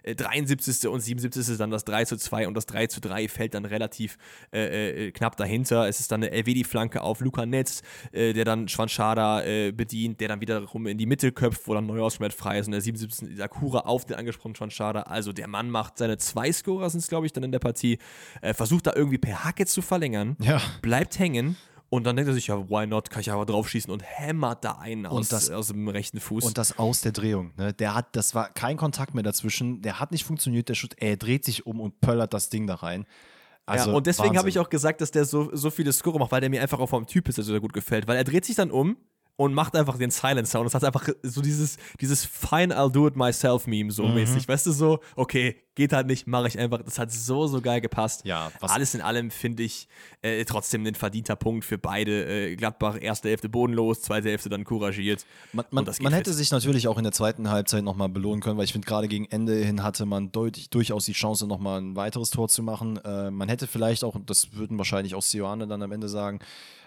73. und 77. ist dann das 3:2 und das 3:3 fällt dann relativ knapp dahinter. Es ist dann eine Elvedi-Flanke auf Luca Netz, der dann Schwanschada bedient, der dann wiederum in die Mitte köpft, wo dann Neuhaus frei ist und der 77. Sakura auf den angesprochenen Schwanschada. Also der Mann macht seine 2 Scorer, sind es glaube ich dann in der Partie, versucht da irgendwie per Hacke zu verlängern, bleibt hängen. Und dann denkt er sich, ja, why not, kann ich aber draufschießen und hämmert da einen aus dem rechten Fuß. Und das aus der Drehung, ne? Das war kein Kontakt mehr dazwischen, der hat nicht funktioniert, der Schuss, er dreht sich um und pöllert das Ding da rein. Also, ja, und deswegen habe ich auch gesagt, dass der so viele Score macht, weil der mir einfach auch vom Typ ist, der so sehr gut gefällt. Weil er dreht sich dann um und macht einfach den Silencer. Und das hat einfach so dieses Fine, I'll do it myself Meme so mäßig. Weißt du, so, okay, geht halt nicht, mache ich einfach. Das hat so geil gepasst. Ja, alles in allem finde ich trotzdem ein verdienter Punkt für beide. Gladbach, erste Hälfte bodenlos, zweite Hälfte dann couragiert. Man hätte sich natürlich auch in der zweiten Halbzeit nochmal belohnen können, weil ich finde, gerade gegen Ende hin hatte man durchaus die Chance, nochmal ein weiteres Tor zu machen. Man hätte vielleicht auch, und das würden wahrscheinlich auch Seoane dann am Ende sagen,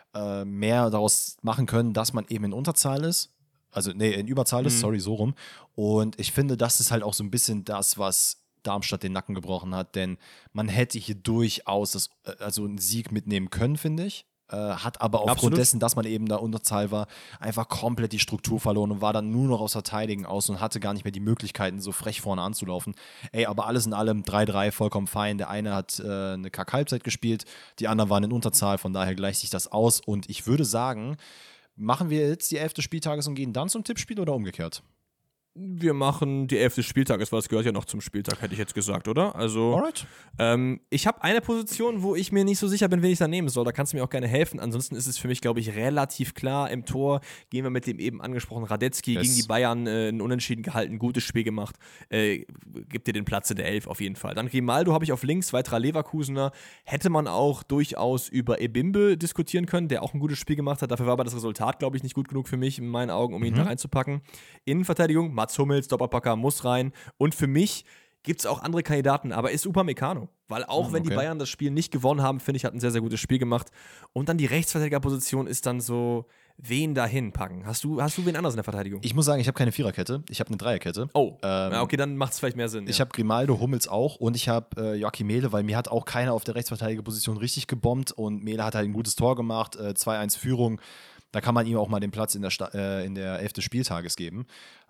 mehr daraus machen können, dass man eben in Unterzahl ist. Also, in Überzahl ist, sorry, so rum. Und ich finde, das ist halt auch so ein bisschen das, was Darmstadt den Nacken gebrochen hat, denn man hätte hier durchaus einen Sieg mitnehmen können, finde ich. Hat aber aufgrund dessen, dass man eben da Unterzahl war, einfach komplett die Struktur verloren und war dann nur noch aus Verteidigen aus und hatte gar nicht mehr die Möglichkeiten, so frech vorne anzulaufen. Ey, aber alles in allem 3-3, vollkommen fein. Der eine hat eine Kack-Halbzeit gespielt, die anderen waren in Unterzahl, von daher gleicht sich das aus. Und ich würde sagen, machen wir jetzt die 11. Spieltages und gehen dann zum Tippspiel oder umgekehrt? Wir machen die 11. Spieltages, weil es gehört ja noch zum Spieltag, hätte ich jetzt gesagt, oder? Also, Alright. Ich habe eine Position, wo ich mir nicht so sicher bin, wen ich da nehmen soll. Da kannst du mir auch gerne helfen. Ansonsten ist es für mich, glaube ich, relativ klar. Im Tor gehen wir mit dem eben angesprochenen Radetzky gegen die Bayern ein Unentschieden gehalten, gutes Spiel gemacht. Gibt dir den Platz in der 11 auf jeden Fall. Dann Grimaldo habe ich auf links, weiterer Leverkusener. Hätte man auch durchaus über Ebimbe diskutieren können, der auch ein gutes Spiel gemacht hat. Dafür war aber das Resultat, glaube ich, nicht gut genug für mich, in meinen Augen, um ihn da reinzupacken. Innenverteidigung, Mats Hummels, Doppelpacker muss rein. Und für mich gibt es auch andere Kandidaten, aber ist Upamecano. Weil auch wenn die Bayern das Spiel nicht gewonnen haben, finde ich, hat ein sehr, sehr gutes Spiel gemacht. Und dann die Rechtsverteidigerposition ist dann so, wen dahin packen? Hast du wen anders in der Verteidigung? Ich muss sagen, ich habe keine Viererkette, ich habe eine Dreierkette. Oh, okay, dann macht es vielleicht mehr Sinn. Ich habe Grimaldo, Hummels auch und ich habe Joachim Mehle, weil mir hat auch keiner auf der Rechtsverteidigerposition richtig gebombt und Mehle hat halt ein gutes Tor gemacht, 2-1 Führung. Da kann man ihm auch mal den Platz in der 11. Spieltages geben.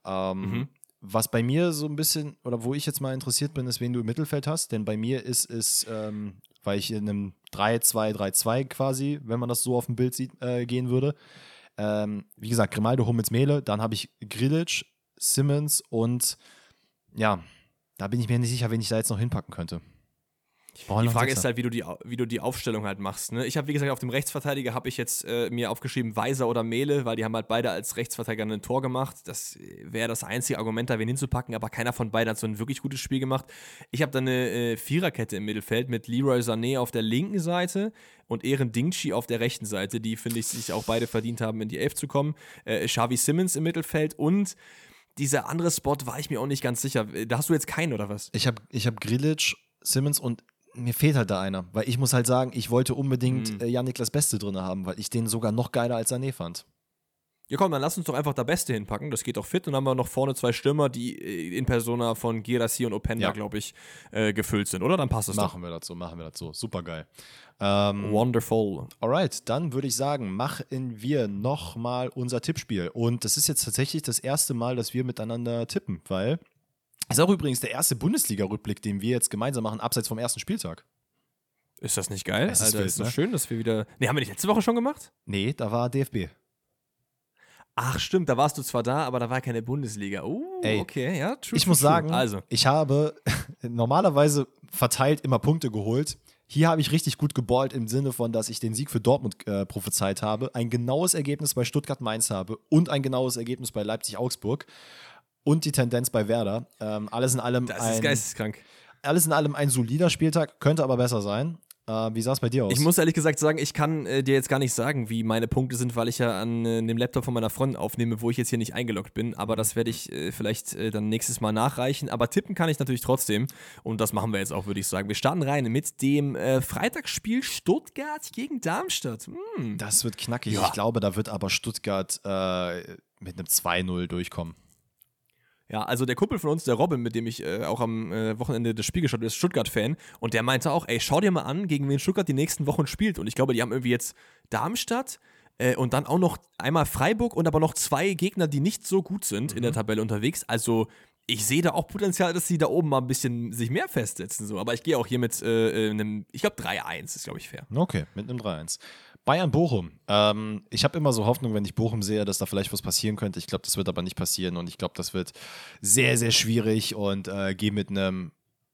Was bei mir so ein bisschen, oder wo ich jetzt mal interessiert bin, ist, wen du im Mittelfeld hast. Denn bei mir ist es, weil ich in einem 3-2-3-2 quasi, wenn man das so auf dem Bild sieht, gehen würde. Wie gesagt, Grimaldo, Hummels, Mehle. Dann habe ich Grilic, Simmons und ja, da bin ich mir nicht sicher, wen ich da jetzt noch hinpacken könnte. Die Frage ist halt, wie du die Aufstellung halt machst. Ne? Ich habe, wie gesagt, auf dem Rechtsverteidiger habe ich jetzt mir aufgeschrieben, Weiser oder Mehle, weil die haben halt beide als Rechtsverteidiger ein Tor gemacht. Das wäre das einzige Argument, da wen hinzupacken, aber keiner von beiden hat so ein wirklich gutes Spiel gemacht. Ich habe dann eine Viererkette im Mittelfeld mit Leroy Sané auf der linken Seite und Eren Dingshi auf der rechten Seite, die, finde ich, sich auch beide verdient haben, in die 11 zu kommen. Xavi Simons im Mittelfeld und dieser andere Spot war ich mir auch nicht ganz sicher. Da hast du jetzt keinen, oder was? Ich hab Grilic, Simmons und mir fehlt halt da einer, weil ich muss halt sagen, ich wollte unbedingt Jan-Niklas Beste drin haben, weil ich den sogar noch geiler als Sané fand. Ja komm, dann lass uns doch einfach da Beste hinpacken, das geht doch fit und dann haben wir noch vorne zwei Stürmer, die in Persona von Guirassy und Openda, glaube ich, gefüllt sind, oder? Dann passt es Machen wir das so, super geil. Wonderful. Alright, dann würde ich sagen, machen wir nochmal unser Tippspiel und das ist jetzt tatsächlich das erste Mal, dass wir miteinander tippen, weil ist auch übrigens der erste Bundesliga-Rückblick, den wir jetzt gemeinsam machen, abseits vom ersten Spieltag. Ist das nicht geil? Es ist wild, ist doch ne? schön, dass wir wieder. Ne, haben wir nicht letzte Woche schon gemacht? Nee, da war DFB. Ach, stimmt, da warst du zwar da, aber da war keine Bundesliga. Ey, okay, ja, true. Ich muss sagen, ich habe normalerweise verteilt immer Punkte geholt. Hier habe ich richtig gut geballt im Sinne von, dass ich den Sieg für Dortmund prophezeit habe, ein genaues Ergebnis bei Stuttgart-Mainz habe und ein genaues Ergebnis bei Leipzig-Augsburg. Und die Tendenz bei Werder. Alles in allem das ist geisteskrank. Alles in allem ein solider Spieltag, könnte aber besser sein. Wie sah es bei dir aus? Ich muss ehrlich gesagt sagen, ich kann dir jetzt gar nicht sagen, wie meine Punkte sind, weil ich ja an dem Laptop von meiner Freundin aufnehme, wo ich jetzt hier nicht eingeloggt bin. Aber das werde ich vielleicht dann nächstes Mal nachreichen. Aber tippen kann ich natürlich trotzdem. Und das machen wir jetzt auch, würde ich sagen. Wir starten rein mit dem Freitagsspiel Stuttgart gegen Darmstadt. Das wird knackig. Ja. Ich glaube, da wird aber Stuttgart mit einem 2-0 durchkommen. Ja, also der Kumpel von uns, der Robin, mit dem ich auch am Wochenende das Spiel geschaut habe, ist Stuttgart-Fan. Und der meinte auch, ey, schau dir mal an, gegen wen Stuttgart die nächsten Wochen spielt. Und ich glaube, die haben irgendwie jetzt Darmstadt und dann auch noch einmal Freiburg und aber noch zwei Gegner, die nicht so gut sind in der Tabelle unterwegs. Also ich sehe da auch Potenzial, dass sie da oben mal ein bisschen sich mehr festsetzen. So. Aber ich gehe auch hier mit einem, ich glaube 3-1 ist, glaube ich, fair. Okay, mit einem 3-1. Bayern-Bochum. Ich habe immer so Hoffnung, wenn ich Bochum sehe, dass da vielleicht was passieren könnte. Ich glaube, das wird aber nicht passieren und ich glaube, das wird sehr, sehr schwierig und gehe mit einem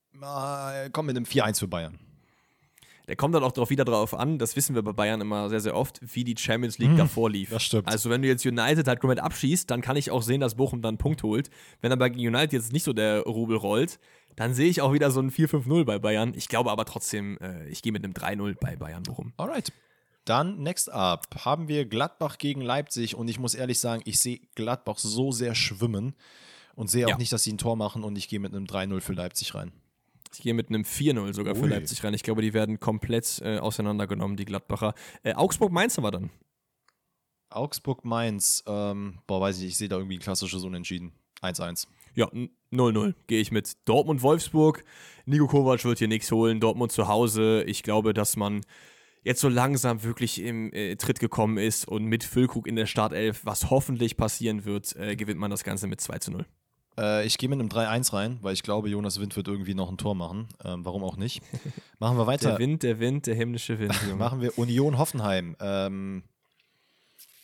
4-1 für Bayern. Der kommt dann auch wieder drauf an, das wissen wir bei Bayern immer sehr, sehr oft, wie die Champions League davor lief. Das stimmt. Also wenn du jetzt United halt komplett abschießt, dann kann ich auch sehen, dass Bochum dann einen Punkt holt. Wenn aber gegen United jetzt nicht so der Rubel rollt, dann sehe ich auch wieder so ein 4-5-0 bei Bayern. Ich glaube aber trotzdem, ich gehe mit einem 3-0 bei Bayern Bochum. Alright. Dann, next up, haben wir Gladbach gegen Leipzig und ich muss ehrlich sagen, ich sehe Gladbach so sehr schwimmen und sehe auch nicht, dass sie ein Tor machen und ich gehe mit einem 3-0 für Leipzig rein. Ich gehe mit einem 4-0 sogar für Leipzig rein. Ich glaube, die werden komplett auseinandergenommen, die Gladbacher. Augsburg-Mainz haben wir dann. Augsburg-Mainz, weiß ich sehe da irgendwie ein klassisches Unentschieden. 1-1. Ja, 0-0 gehe ich mit. Dortmund-Wolfsburg. Nico Kovac wird hier nichts holen. Dortmund zu Hause. Ich glaube, dass man jetzt so langsam wirklich im Tritt gekommen ist und mit Füllkrug in der Startelf, was hoffentlich passieren wird, gewinnt man das Ganze mit 2-0. Ich gehe mit einem 3-1 rein, weil ich glaube, Jonas Wind wird irgendwie noch ein Tor machen. Warum auch nicht? Machen wir weiter. Der Wind, der himmlische Wind. Machen wir Union Hoffenheim.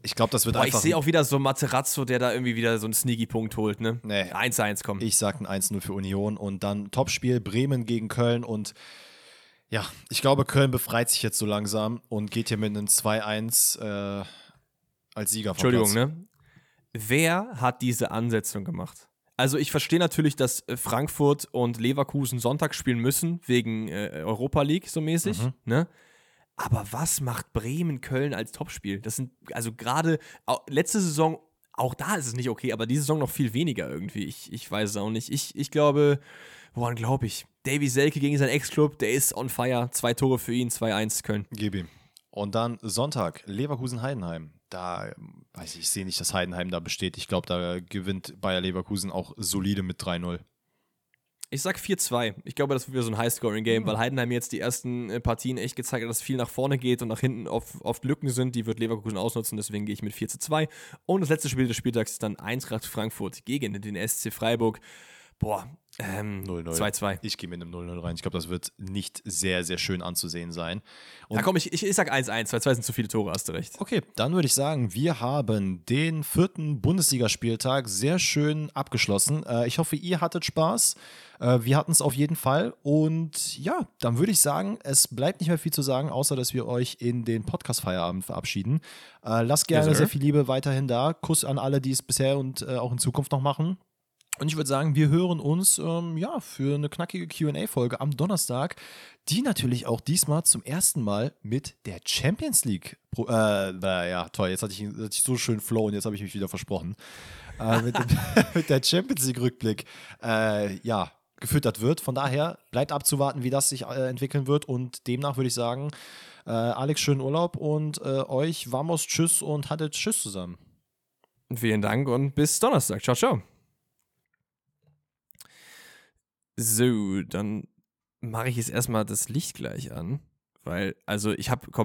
Ich glaube, das wird Boah, einfach. Ich sehe auch wieder so Materazzo, der da irgendwie wieder so einen Sneaky-Punkt holt, ne? Nee. 1-1 kommen. Ich sage ein 1-0 für Union und dann Topspiel Bremen gegen Köln und ja, ich glaube, Köln befreit sich jetzt so langsam und geht hier mit einem 2-1 als Sieger vom Entschuldigung, Platz. ne? Wer hat diese Ansetzung gemacht? Also ich verstehe natürlich, dass Frankfurt und Leverkusen Sonntag spielen müssen, wegen Europa League so mäßig, ne? Aber was macht Bremen-Köln als Topspiel? Das sind, also gerade letzte Saison, auch da ist es nicht okay, aber diese Saison noch viel weniger irgendwie. Ich weiß es auch nicht. Ich glaube, woran glaube ich? Davy Selke gegen seinen Ex-Club, der ist on fire. 2 Tore für ihn, 2-1 Köln. Gib ihm. Und dann Sonntag, Leverkusen-Heidenheim. Da, weiß ich sehe nicht, dass Heidenheim da besteht. Ich glaube, da gewinnt Bayer Leverkusen auch solide mit 3-0. Ich sag 4-2. Ich glaube, das wird wieder so ein High-Scoring-Game, weil Heidenheim jetzt die ersten Partien echt gezeigt hat, dass viel nach vorne geht und nach hinten oft Lücken sind. Die wird Leverkusen ausnutzen, deswegen gehe ich mit 4-2. Und das letzte Spiel des Spieltags ist dann Eintracht Frankfurt gegen den SC Freiburg. Boah, 0-0. 2-2. Ich gehe mit einem 0-0 rein. Ich glaube, das wird nicht sehr, sehr schön anzusehen sein. Und Ja, komm, ich sag 1-1, weil 2 sind zu viele Tore, hast du recht. okay, dann würde ich sagen, wir haben den 4. Bundesligaspieltag sehr schön abgeschlossen. Ich hoffe, ihr hattet Spaß. Wir hatten es auf jeden Fall. Und ja, dann würde ich sagen, es bleibt nicht mehr viel zu sagen, außer dass wir euch in den Podcast-Feierabend verabschieden. Lasst gerne Yes, sir. sehr viel Liebe weiterhin da. Kuss an alle, die es bisher und auch in Zukunft noch machen. Und ich würde sagen, wir hören uns für eine knackige Q&A-Folge am Donnerstag, die natürlich auch diesmal zum ersten Mal mit der Champions League, ja toll, jetzt hatte ich so schön Flow und jetzt habe ich mich wieder versprochen, mit der Champions League-Rückblick, gefüttert wird. Von daher bleibt abzuwarten, wie das sich entwickeln wird und demnach würde ich sagen, Alex, schönen Urlaub und euch vamos, tschüss und hattet tschüss zusammen. Vielen Dank und bis Donnerstag. Ciao, ciao. So, dann mache ich jetzt erstmal das Licht gleich an, weil, also ich habe